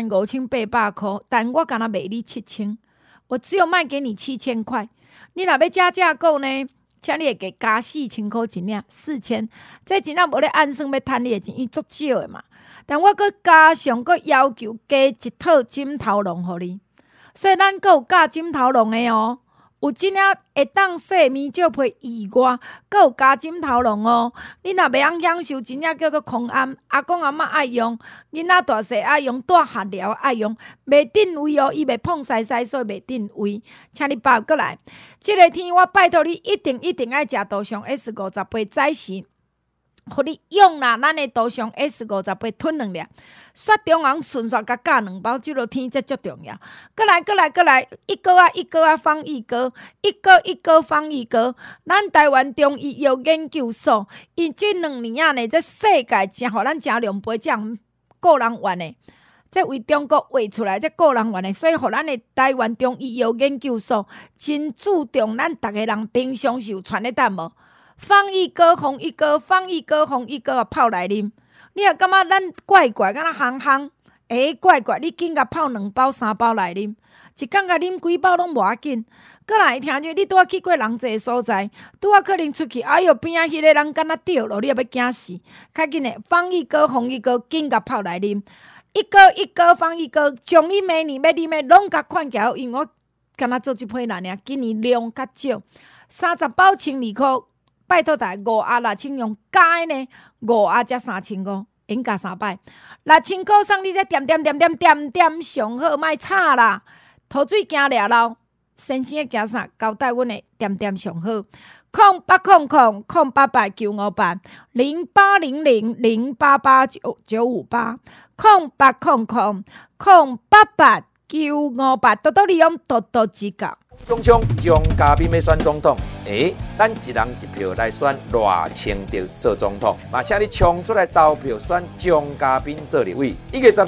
15800块，但我敢若卖你7000，我只有卖给你7000块。你若要加价购呢，请你会加4000块一领，4000，这真正无咧按算要趁你的钱，伊足少的嘛。但我搁加上搁要求加一套枕头笼互你，所以咱搁有加枕头笼的哦。有真领会当洗面罩被以外，搁有加枕头笼哦。你若袂晓享受真正叫做空安，阿公阿嬷爱用，囡仔大细爱用，大下寮爱用，袂定位哦，伊袂碰洗洗，所以袂定位。请你包过来，即个天我拜托你一定爱食杜尚 S50杯早时。互你用啦，咱的杜尚 S50杯吞2粒，雪中红顺续甲加2包，即落天这足重要。过来，一个啊放一个，一个放一个。咱台湾中医药研究所，因这2年呢，这世界真互咱真量杯，这样个人玩的，这为中国画出来，这个人玩的，所以互咱的台湾中医药研究所真注重咱逐个人平常时有传咧淡无？放一哥红一哥，放一哥红一哥泡来啉，你也感觉咱怪怪，敢若烘烘，怪怪，你紧甲泡2包3包来啉，一工甲啉几包拢无要紧。过来听着，你拄仔去过人济所在，拄仔可能出去，哎哟边仔迄个人敢若掉落，你也要惊死。较紧诶，放一哥红一哥，紧甲泡来啉，一哥放一哥，将你明年要啉诶拢甲款起来，因为我敢若做一批人尔，今年量较少，30包12块。拜托大家5盒6,000用加呢，5盒才3500，应加3摆，6000块送你这点上好，莫吵啦。涂水惊掠漏，先生会惊啥？交代阮的点上好。0800-088-958，0800-088-958，多多利用，多多指教。 中枪江嘉宾要选总统，咱一人一票来选赖清德做总统，嘛，请你冲出来投票选江嘉宾做立委。1月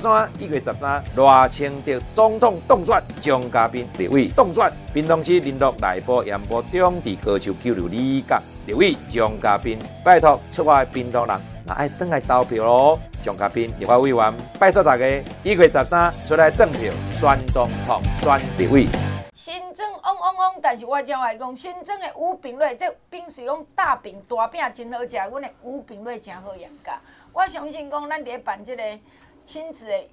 13，赖清德总统当选，江嘉宾立委当选。屏东市林鹿、内埔、盐埔、中治、高树、九如、李角立委江嘉宾，拜托出外屏东人，那爱转来投票咯。江嘉宾立法委员，拜托大家1月13出来投票选总统、选立委。 新增嗡，但是我才会讲，新增的五饼类，这饼是讲大饼大饼真好食，阮的五饼类真好养家。我相信讲，咱伫咧办这个亲子的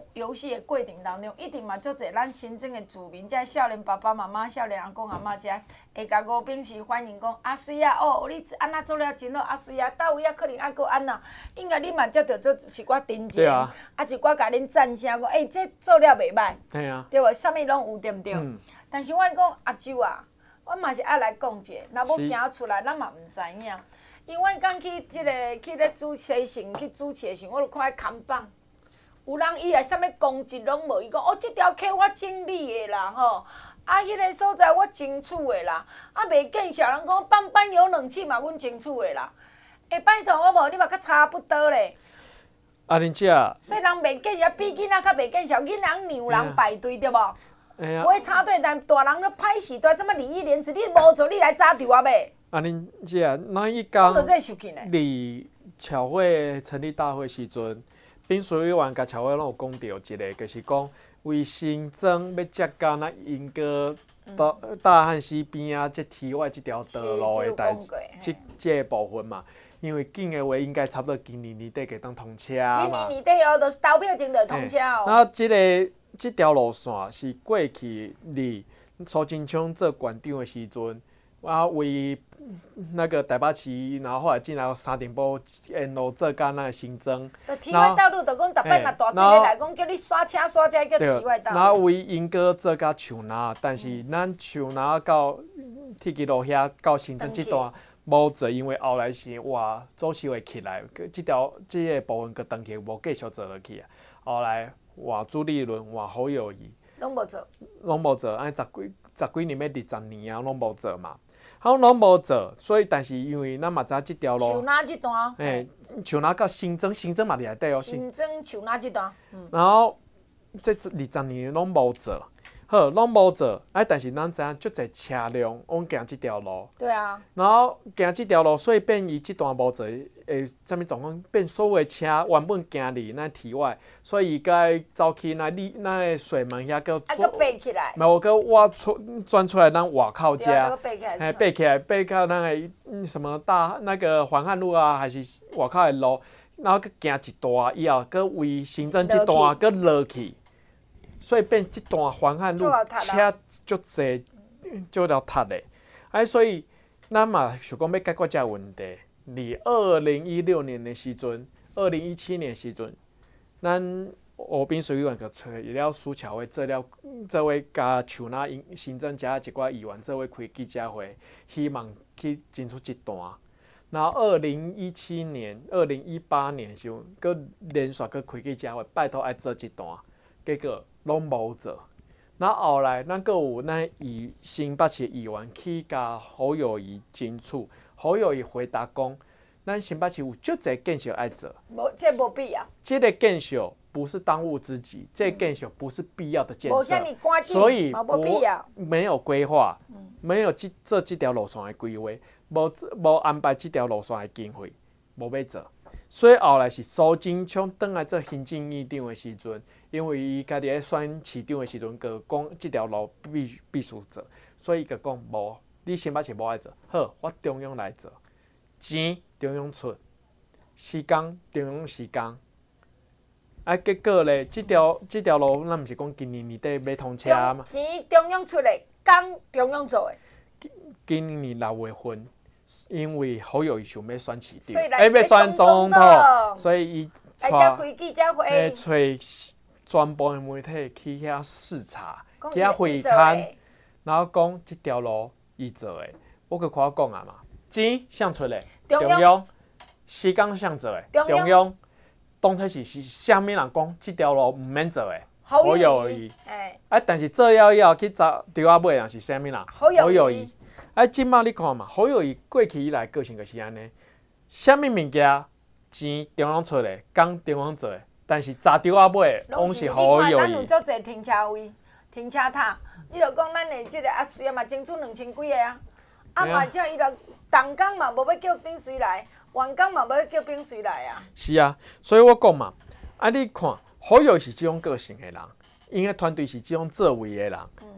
游戏的过程当中，一定嘛足侪咱新增的住民，遮少年爸爸妈妈、少年阿公阿嬷遮，会甲吴秉时欢迎讲阿水啊，哦，你安那做了真好，阿水啊，到位啊，可能还阁安那，应该你嘛才着做一寡တင်情，啊一寡甲恁赞声讲，这做了袂歹， 嘿啊， 对无？啥物拢有对毋对？但是我讲阿舅啊，我嘛是爱来讲者，若要行出来，咱嘛毋知影。因为我刚去去咧主席城去主持的时候，我就看看板，有人伊来啥物公职拢无，伊讲哦，即条溪我整理的啦吼，啊，迄个所在我争取的啦，啊，袂见小人讲班有冷气嘛，阮争取的啦，拜托我无，你嘛较差不多咧。 啊，恁遮， 所以人袂见小比囡仔较袂见小，囡仔牛人排队对无？不会插队，但大人咧歹时段，怎么礼义廉耻？你无做，你来早场啊袂？ 啊，恁遮，咱迄天离侨会成立大会时阵，秉水委员甲侨会拢有讲到一个，就是讲为新庄要接到咱莺歌大汉溪边啊，即堤外即条道路的代志，即个部分嘛。因为紧的话，应该差不多今年年底就当通车嘛。 今年年底哦，就是投票前就通车哦。 然后即条路线是过去离苏贞昌做县长的时阵，啊为那个台北市，然后后来进来三重埔沿路做甲咱的新庄。 就体外道路，就讲逐摆若大村的来讲，叫你刷车才叫体外道路。 然后为莺歌做甲树林，但是咱树林到铁基路遐到新庄这段。无做，因为后来是哇，组织会起来，即个部分个登记无继续做落去啊。后来哇，朱立伦、哇侯友宜拢无做， 安十几年要20年啊，拢无做嘛。好，拢无做，所以但是因为咱嘛知即条路， 树林这段， 树林到新庄嘛伫内底哦。 新庄树林这段， 然后这20年拢无做。好，拢无做，但是咱知影足侪车辆往行即条路。 对啊。 然后行即条路，所以变伊即段无做，啥物状况？变所有的车原本行离咱堤外，所以伊该走去咱的水门遐个。 啊，佫爬起来。 无个挖钻出来咱外口遮。 爬起来。 爬起来，爬到咱的什么大那个环汉路啊，还是外口的路，然后佫行一段以后，佫为新庄即段佫落去。所以变即段环汉路车足侪，足了塌的。所以咱嘛想讲要解决这问题。离2016年的时阵，2017年的时阵，咱吴秉水委员就找了苏侨会做位甲树林新庄遮一寡议员做位开记者会，希望去争取一段。然后2017年、2018年的时候，佮连续佮开记者会，拜托爱做一段，结果。拢无做，然后后来咱阁有咱新北市议员去甲侯友宜争取，侯友宜回答讲，咱新北市有足侪建设爱做， 这无必要。 这个建设不是当务之急，这个建设不是必要的建设， 所以没有规划，没有做这条路线的规划，无安排这条路线的经费，无要做。所以后来是苏贞昌转来做行政院长的时阵，因为伊家己咧选市长的时阵，就讲即条路必须做，所以伊就讲无，你新北市无爱做，好，我中央来做，钱中央出，时间中央时间。结果咧，即条路，咱毋是讲今年年底要通车嘛？ 钱中央出的，工中央做的。 今年6月份。因为侯友宜想要选市长， 要选总统，所以伊开记者会， 找全部的媒体去遐视察，去遐会勘，然后讲即条路伊做的，我佮看讲啊嘛，钱谁出的？中央，时间谁做的？中央，当初是啥物人讲即条路毋免做的？侯友宜，但是做了以后去查对我尾人是啥物人？侯友宜。即摆你看嘛，侯友宜过去以来个性就是安尼，啥物物件钱中央出的，工中央做的，但是查对尾拢是侯友宜。 咱有足侪停车位、停车塔，你著讲咱的即个阿水嘛，争取2000几个啊，嘛只伊著动工嘛无要叫秉水来，完工嘛无要叫秉水来啊。 是啊，所以我讲嘛，你看侯友宜是即种个性的人，因个团队是即种作为的人。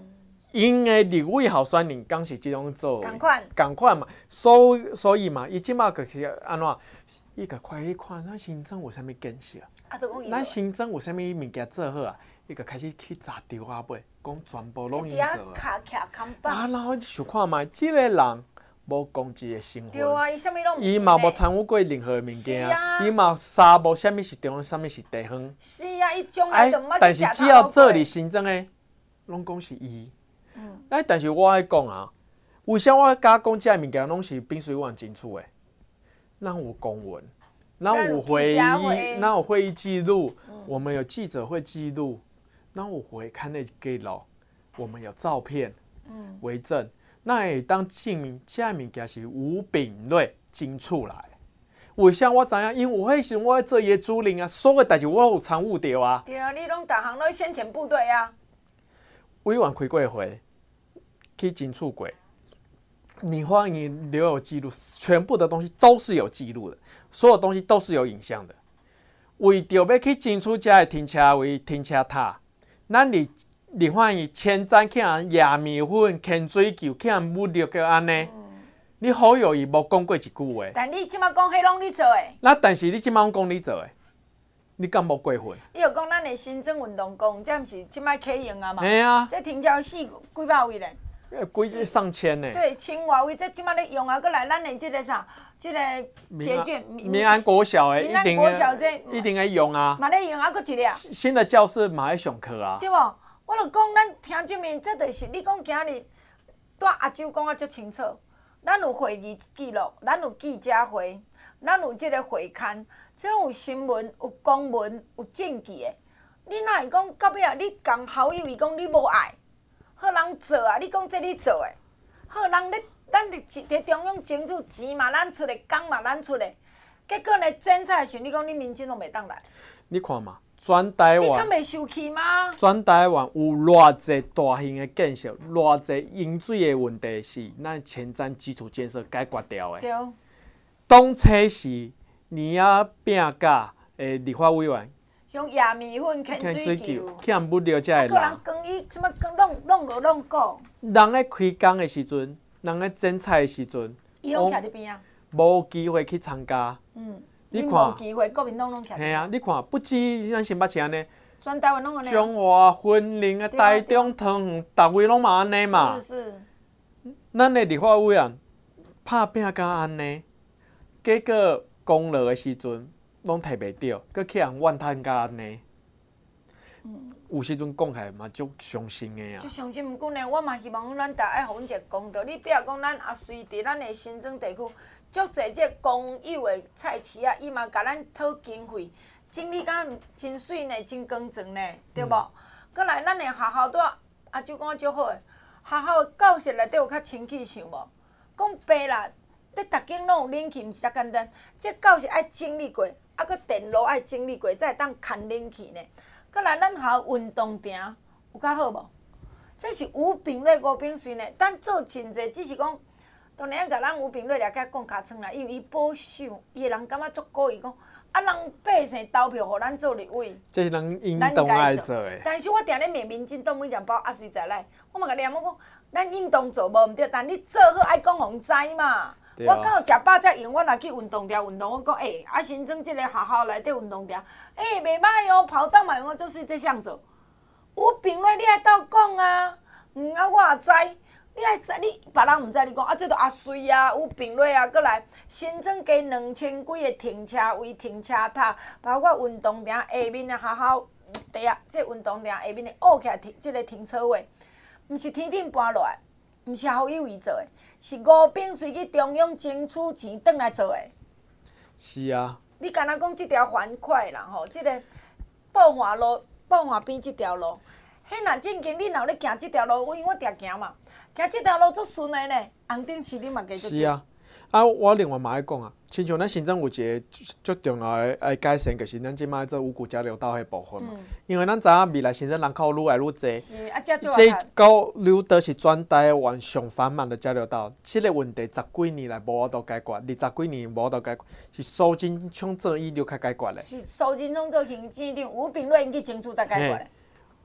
因的立委候选人刚是即种做的， 共款嘛，所以嘛，伊即马就是安怎？伊甲快去看咱新政有啥物建设，咱新政有啥物物件做好啊？伊就开始去查调啊尾，讲全部拢伊做啊。然后想看嘛，即个人无公职的身份， 对啊，伊啥物拢毋是。 伊嘛无参与过任何物件，伊嘛啥无啥物是中，啥物是地方。 是啊，伊从来都毋捌但是只要做伫新政的，拢讲是伊。但是我爱讲啊，为啥我敢讲这物件拢是滨水湾真处的？咱有公文，咱有会议，咱有会议记录，我们有记者会记录，咱有回看的记录，我们有照片为证，那会当证明这物件是吴秉瑞真出来。为啥我知影？因为有迄时我做伊的主任啊，所有代志我有参与到啊。 对啊，你拢逐项都先遣部队啊。 委员开过会，去真处过。你发言留有记录，全部的东西都是有记录的，所有东西都是有影像的。为着要去争取这个停车位、停车塔，咱立法院前瞻去人压面粉、牵水球、去人侮辱个安尼，你好友伊无讲过一句话。 但你即马讲迄拢你做诶。 那但是你即马讲你做诶，你敢无过分？ 你有讲咱的新增运动公，这毋是即摆启用啊嘛？ 嘿啊， 这停车几百位咧。 几上千呢？ 对，千外位，这即摆咧用啊，过来咱的即个啥，即个捷券， 民安国小诶， 民安国小这一定会用啊。 嘛咧用啊，搁一粒。 新的教室嘛爱上课啊。 对无？我就讲，咱听这面，这就是你讲今日带阿周讲啊，足清楚。咱有会议记录，咱有记者会，咱有即个会刊，这拢有新闻、有公文、有证据的。你哪会讲到尾啊？你共好友伊讲你无爱。好人做啊！你讲这你做诶，好人咧，咱伫中央争取钱嘛，咱出的工嘛，咱出的。结果呢，剪彩时你讲你民进拢袂当来。 你看嘛，全台湾。 你敢袂生气吗？ 全台湾有偌济大型的建设，偌济饮水的问题是咱前瞻基础建设解决掉的。 对。 当初是你啊拼甲立法委员。 用压面粉、牵水球， 去人侮辱这个人。 个人讲伊什么弄过。 人咧开工的时阵，人咧剪彩的时阵， 伊拢徛伫边啊。 无机会去参加。 你看。无机会，国民党拢徛。 嘿啊，你看，不止咱新北市安尼。 全台湾拢安尼。 中华、云林啊、台中、桃园，逐位拢嘛安尼嘛。 是。 咱的立法委员拍拼甲安尼，结果公落的时阵。拢摕袂到，佮去人怨叹甲安尼。有时阵讲起来嘛，足伤心的啊。 足伤心，毋过呢，我嘛希望咱大家互阮一个公道。你比如讲，咱阿随伫咱的新庄地区，足侪即公有的菜市啊，伊嘛甲咱讨经费，整理甲真水呢，真光净呢，对无？过来，咱的学校拄阿舅讲足好诶，学校的教室内底有较清气想无？讲白啦，你逐间拢有冷气，毋是遮简单。即教室爱整理过。啊，佮电路爱整理过，才会当牵冷气呢。佮来，咱校运动场有较好无？这是吴秉瑞、吴秉顺呢。咱做真济，只是讲，当然甲咱吴秉瑞掠起讲尻川啦，因为伊保守，伊个人感觉足故意讲，啊，人百姓投票互咱做立委， 这是人应当爱做诶。 但是我定咧骂民进党每两包阿水在来，我嘛甲念我讲，咱应当做无毋对，但你做好爱讲互知嘛。我敢有食饱才用，我若去运动场运动，我讲啊新庄即个学校内底运动场，袂歹哦，跑道嘛用我做水这项做。有评论你爱斗讲啊，啊我也知，你爱知，你别人毋知你讲啊，这都阿水啊，有评论啊，过来新庄加2000几个停车位、停车塔，包括运动场下面的学校地啊，即运动场下面的凹起来即个停车位，毋是天顶搬落来，毋是好友伊做的。是吴秉顺去中央争取钱转来做的。 是啊。 你敢若讲即条环快啦吼，即个宝华路、宝华边即条路，迄若正经你若有咧行即条路，因为我定行嘛，行即条路足顺的呢。红顶市你嘛加足是啊。啊，我另外嘛爱讲啊，亲像咱新庄有一个足重要的改善，就是咱即摆做五股交流道迄部分嘛。因为咱知影未来新庄人口愈来愈侪， 是啊，这交流道是全台湾上繁忙的交流道。即个问题10几年来无法度解决，20几年无法度解决，是苏贞昌做伊就较解决咧。 是苏贞昌做行政长，吴秉瑞去争取才解决咧。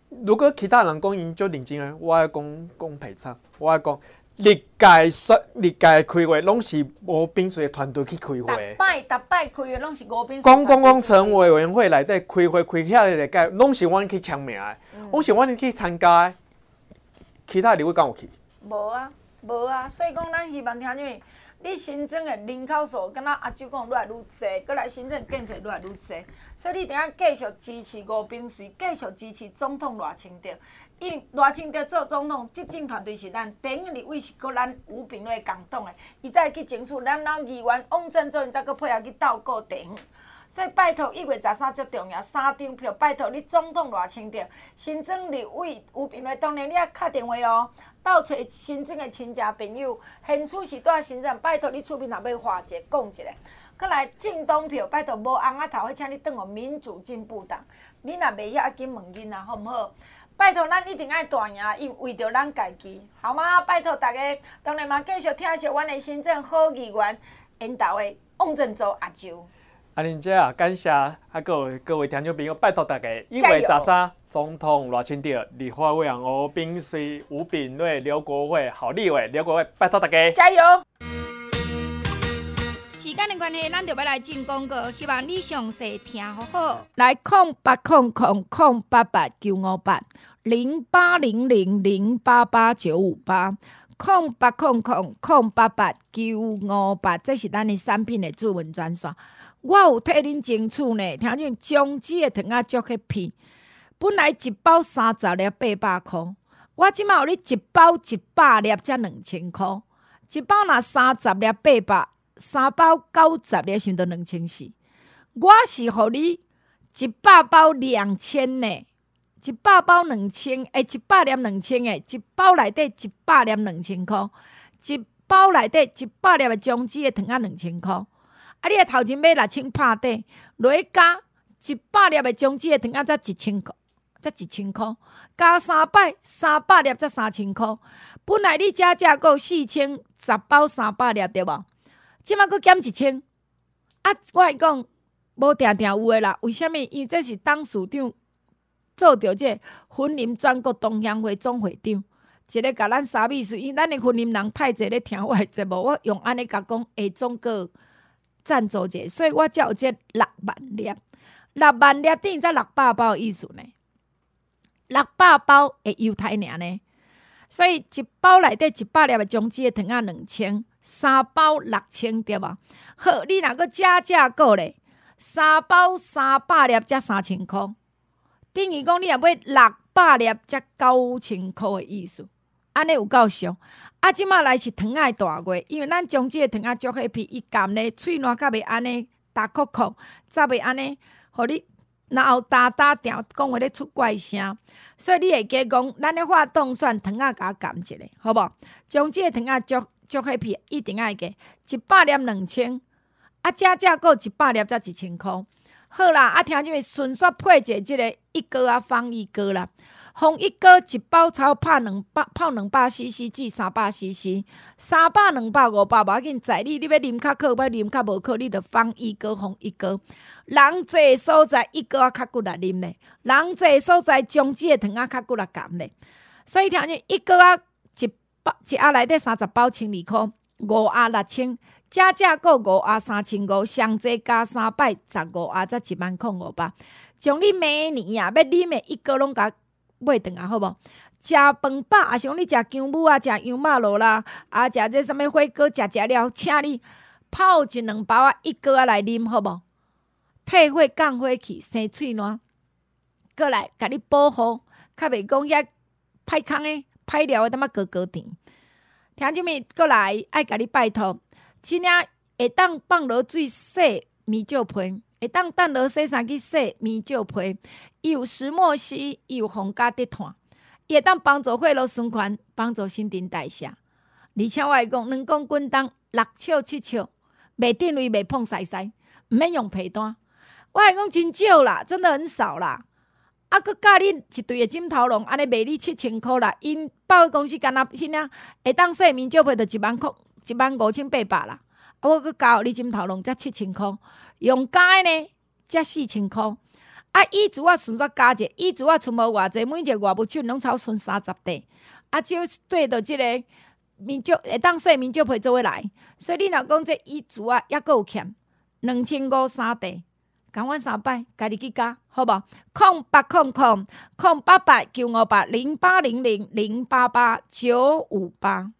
如果其他人讲因足认真诶，我爱讲赔偿，我爱讲历届开会拢是吴炳水团队去开会。 逐摆开会拢是吴炳水。 公城委员会内底开会开遐个个，拢是阮去签名诶，拢是阮去参加诶。其他立委敢有去？ 无啊，所以讲咱希望听什么？你新增的人口数，敢若阿周讲愈来愈侪，搁来新增建设愈来愈侪，所以你一定要继续支持吴炳水，继续支持总统赖清德。因为赖清德做总统，执政团队是咱第一立委是搁咱吴炳瑞共党的，伊才会去争取咱老议员往正做，因才搁配合去斗过地方。所以拜托1月13最重要，3张票，拜托你总统赖清德，新增立委吴炳瑞，当然你要敲电话哦。到找新增的亲戚朋友，现厝是住新庄，拜托你厝边若要花者讲一下。再来进东票，拜托无红仔头，请你转互民主进步党。你若袂晓，紧问囡仔好毋好？拜托，咱一定爱大赢，因为着咱家己，好吗？拜托大家，当然嘛，继续听惜阮的新政好议员引导的汪振洲阿周。 恁遮啊，感谢各位听众朋友，拜托大家1月13总统赖清德、立法委员吴炳水、吴炳瑞、刘国辉、郝立伟、刘国辉，拜托大家加油！ 时间的关系，咱就要来进广告，希望你详细听好好。来08000889580888958088988958，这是咱的产品的主文专线。我有替恁争取呢，听见中脂的糖仔足迄片，本来一包30粒800块，我即马有你一包100粒才2000块，一包若30粒800，3包90粒想到2400，我是互你100包2000呢，100包2000，100粒2000的，一包内底100粒2000块，一包内底100粒的中脂的糖仔2000块。啊！你头前买6000拍底，落去加100粒的中脂的糖仔才1000块，加3摆300粒才3000块。本来你价购4000，10包300粒对无？即马佫减1000。啊！我会讲无定有诶啦。为虾米？因为这是董事长做着这婚林全国同乡会总会长，一个甲咱三秘书，因为咱的婚林人太侪咧听我的节目，我用安尼甲讲，下总个。赞助者，所以我才有这6万粒，6万粒等于才600包的意思呢，600包的犹太尔呢，所以一包内底100粒的中脂的糖仔2000，3包6000对无？好，你若佫加购咧，3包300粒才3000块，等于讲你若买600粒才9000块的意思，安尼有够俗。啊，即马来是糖仔的大月，因为咱中脂的糖仔足迄片，伊含咧喙烂甲袂安尼打壳壳，才袂安尼，互你然后打掉讲话咧出怪声，所以你会记讲，咱咧化冻蒜糖仔甲含一下，好无？中脂的糖仔足迄片，一定爱记100粒2000，啊，加购100粒才1000块。好啦，啊，听即个顺续配者即个一哥啊，方一哥啦。红一哥一包超泡200cc 至300cc，300、200、500，无要紧，在你要啉较渴，要啉较无渴，你着放一哥红一哥。人济所在，一哥较骨力啉咧；人济所在，中脂的糖仔较骨力含咧。所以听见一哥一盒内底30包12块，5盒6000，加购5盒3500，上济加3摆15盒才10500。从你明年啊，要啉的一哥拢甲买顿啊，好无？食饭饱，啊像你食姜母啊，食羊肉炉啦，啊食这什物火锅，食了，请你泡1-2包啊，一哥来啉，好无？退火降火气，生喙烂，过来甲你保护，较袂讲遐歹空的、歹料的，淡仔高甜。听什物？过来爱甲你拜托，真正会当放落水洗面罩皮。会当等落洗衫去洗面罩皮，伊有石墨烯，伊有防甲滴炭，伊会当帮助血路循环，帮助新陈代谢。而且我会讲，2公斤重6笑7笑，袂震位袂碰西，毋免用被单。我会讲真少啦，真的很少啦。啊，佮教你一对的枕头笼，安尼卖你7000块啦。因百货公司干那现啊，会当洗面罩皮就1万块，15800啦。啊，我佮教你枕头笼才7000块。用假的呢，才4000块。 遗嘱顺续加者，遗嘱剩无偌济，每一个外务手拢超剩30地，即对着即个民众会当说民众陪做伙来，所以你若讲这遗嘱抑阁有欠2503地，共阮3摆，家己去加，好无？0800-988-958-0800-088-958。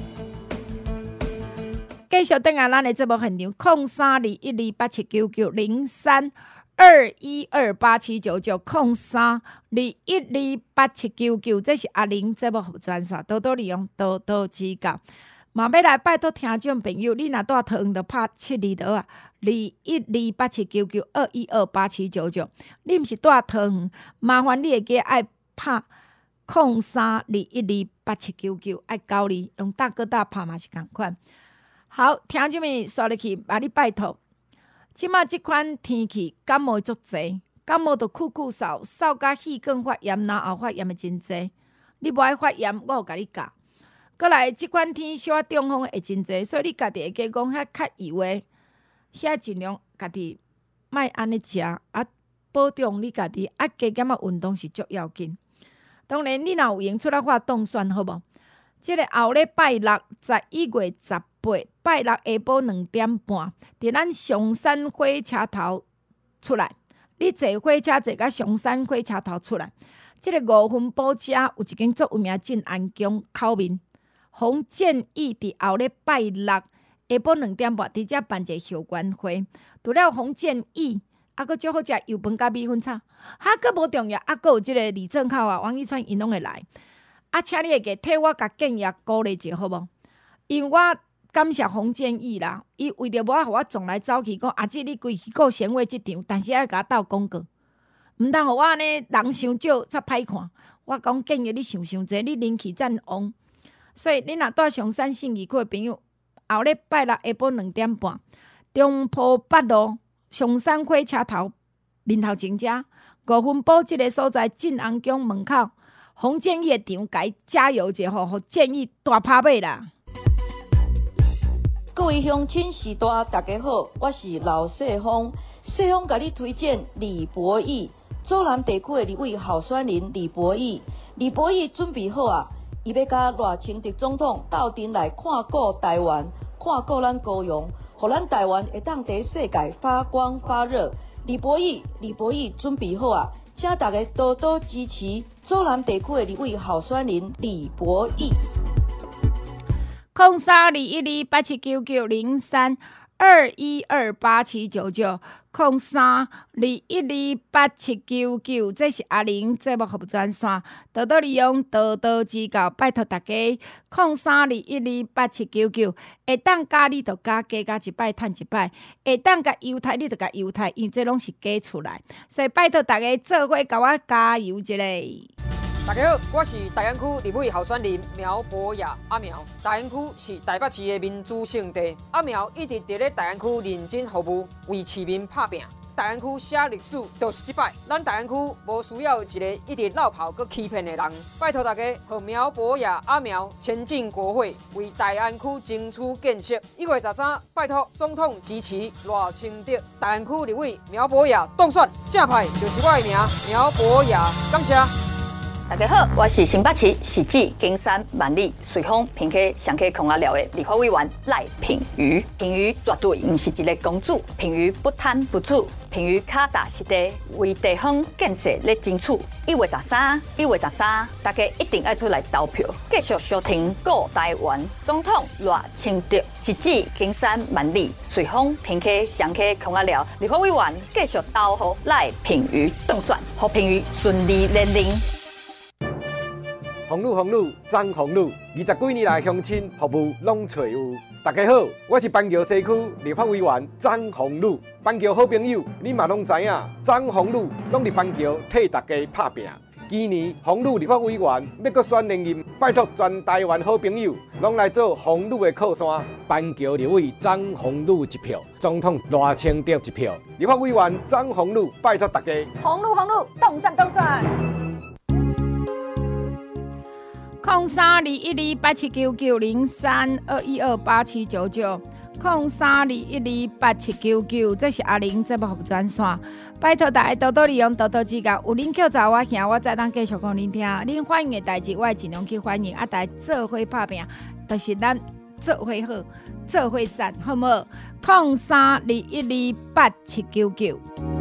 继续等下咱的节目现场，0321287990，0221287990，0321287990，这是阿玲节目服务专线，多多利用，多多指教。嘛要来拜托听众朋友，你若住桃园，就拍72刀啊，21287992128799。你毋是住桃园，麻烦你会记爱拍0321287990，爱交你用大哥大拍嘛是共款。好，听众们刷入去，把你拜托。即马即款天气，感冒足侪，感冒着酷嗽，嗽甲气管发炎，然后发炎的真侪。你无爱发炎，我有甲你教。过来，即款天小可中风会真侪，所以你家己会记讲遐较油的，遐尽量家己莫安尼食，保重你家己，加减运动是足要紧。当然，你若有闲出来发动算好无？即个后礼拜六11月18，拜六下晡2点半，伫咱上山火车头出来。你坐火车坐到上山火车头出来，即个5分埔车有一间足有名晋安宫口面，洪建义伫后礼拜六下晡2点半，伫遮办一个校园会。除了洪建义，阁足好食油饭甲米粉炒，阁无重要，阁有即个李正浩啊、王一川因拢会来。请你会记替我甲建议鼓励者好无？因为我感谢洪建义啦，伊为着无互我撞来走去，讲阿姊你规去顾贤惠即场，但是爱甲我斗广告，毋通互我安尼人伤少才歹看。我讲建议你想济，你人气赞旺。所以你若住上山信义区的朋友，后礼拜六下晡2点半，中埔北路上山火车头面头前遮5分埔即个所在晋安宫门口。洪建义的场，甲伊加油者吼，互建议大拍马啦！ 各位乡亲时代，大家好，我是老谢峰。谢峰甲你推荐李博义，左南地区的立委候选人李博义。李博义准备好啊，伊要甲赖清德总统斗阵来看顾台湾，看顾咱高雄，互咱台湾会当伫世界发光发热。李博义准备好啊！请大家多多支持左南地区的立委候选人李博义。 0321287990，0221287990，这是阿玲节目服务专线，多多利用，多多指教，拜托大家。0321287990，会当加你就加一摆趁一摆，会当甲犹太你就甲犹太，因为这拢是加出来，所以拜托大家做伙甲我加油一下。 大家好，我是大安区立委候选人苗博雅阿苗。大安区是台北市的民主圣地，阿苗一直伫咧大安区认真服务，为市民拍拼。大安区写历史就是这摆，咱大安区无需要一个一直落跑佮欺骗的人。拜托大家，和苗博雅阿苗前进国会，为大安区争取建设。1月13，拜托总统支持赖清德。大安区立委苗博雅当选，正派就是我的名苗博雅，感谢。 大家好，我是新北市市长金山万里随风平溪上溪孔阿寮的立法委员赖品妤。品妤绝对不是一个公主，品妤不贪不醋，品妤脚踏实地为地方建设咧争取。1月13，大家一定要出来投票，继续收听顾台湾总统赖清德。市长金山万里随风平溪上溪孔阿寮立法委员继续投予赖品妤当选，让品妤顺利连任。 红路，张红路，20几年来乡亲服务拢找有。大家好，我是板桥西区立法委员张红路。板桥好朋友，你嘛拢知影，张红路拢伫板桥替大家拍拼。今年红路立法委员要阁选连任，拜托全台湾好朋友拢来做红路的靠山。板桥立委张红路1票，总统赖清德1票，立法委员张红路，拜托大家。 红路，动选。 0321287990，0221287990， 0321287799，这是阿玲节目服务专线。拜托大家多多利用，多多指教。有恁扣查我兄，我再当继续讲恁听。恁反映的代志，我会尽量去反映。大家做伙拍拼，就是咱做伙好，做伙赞，好唔好？0321287799。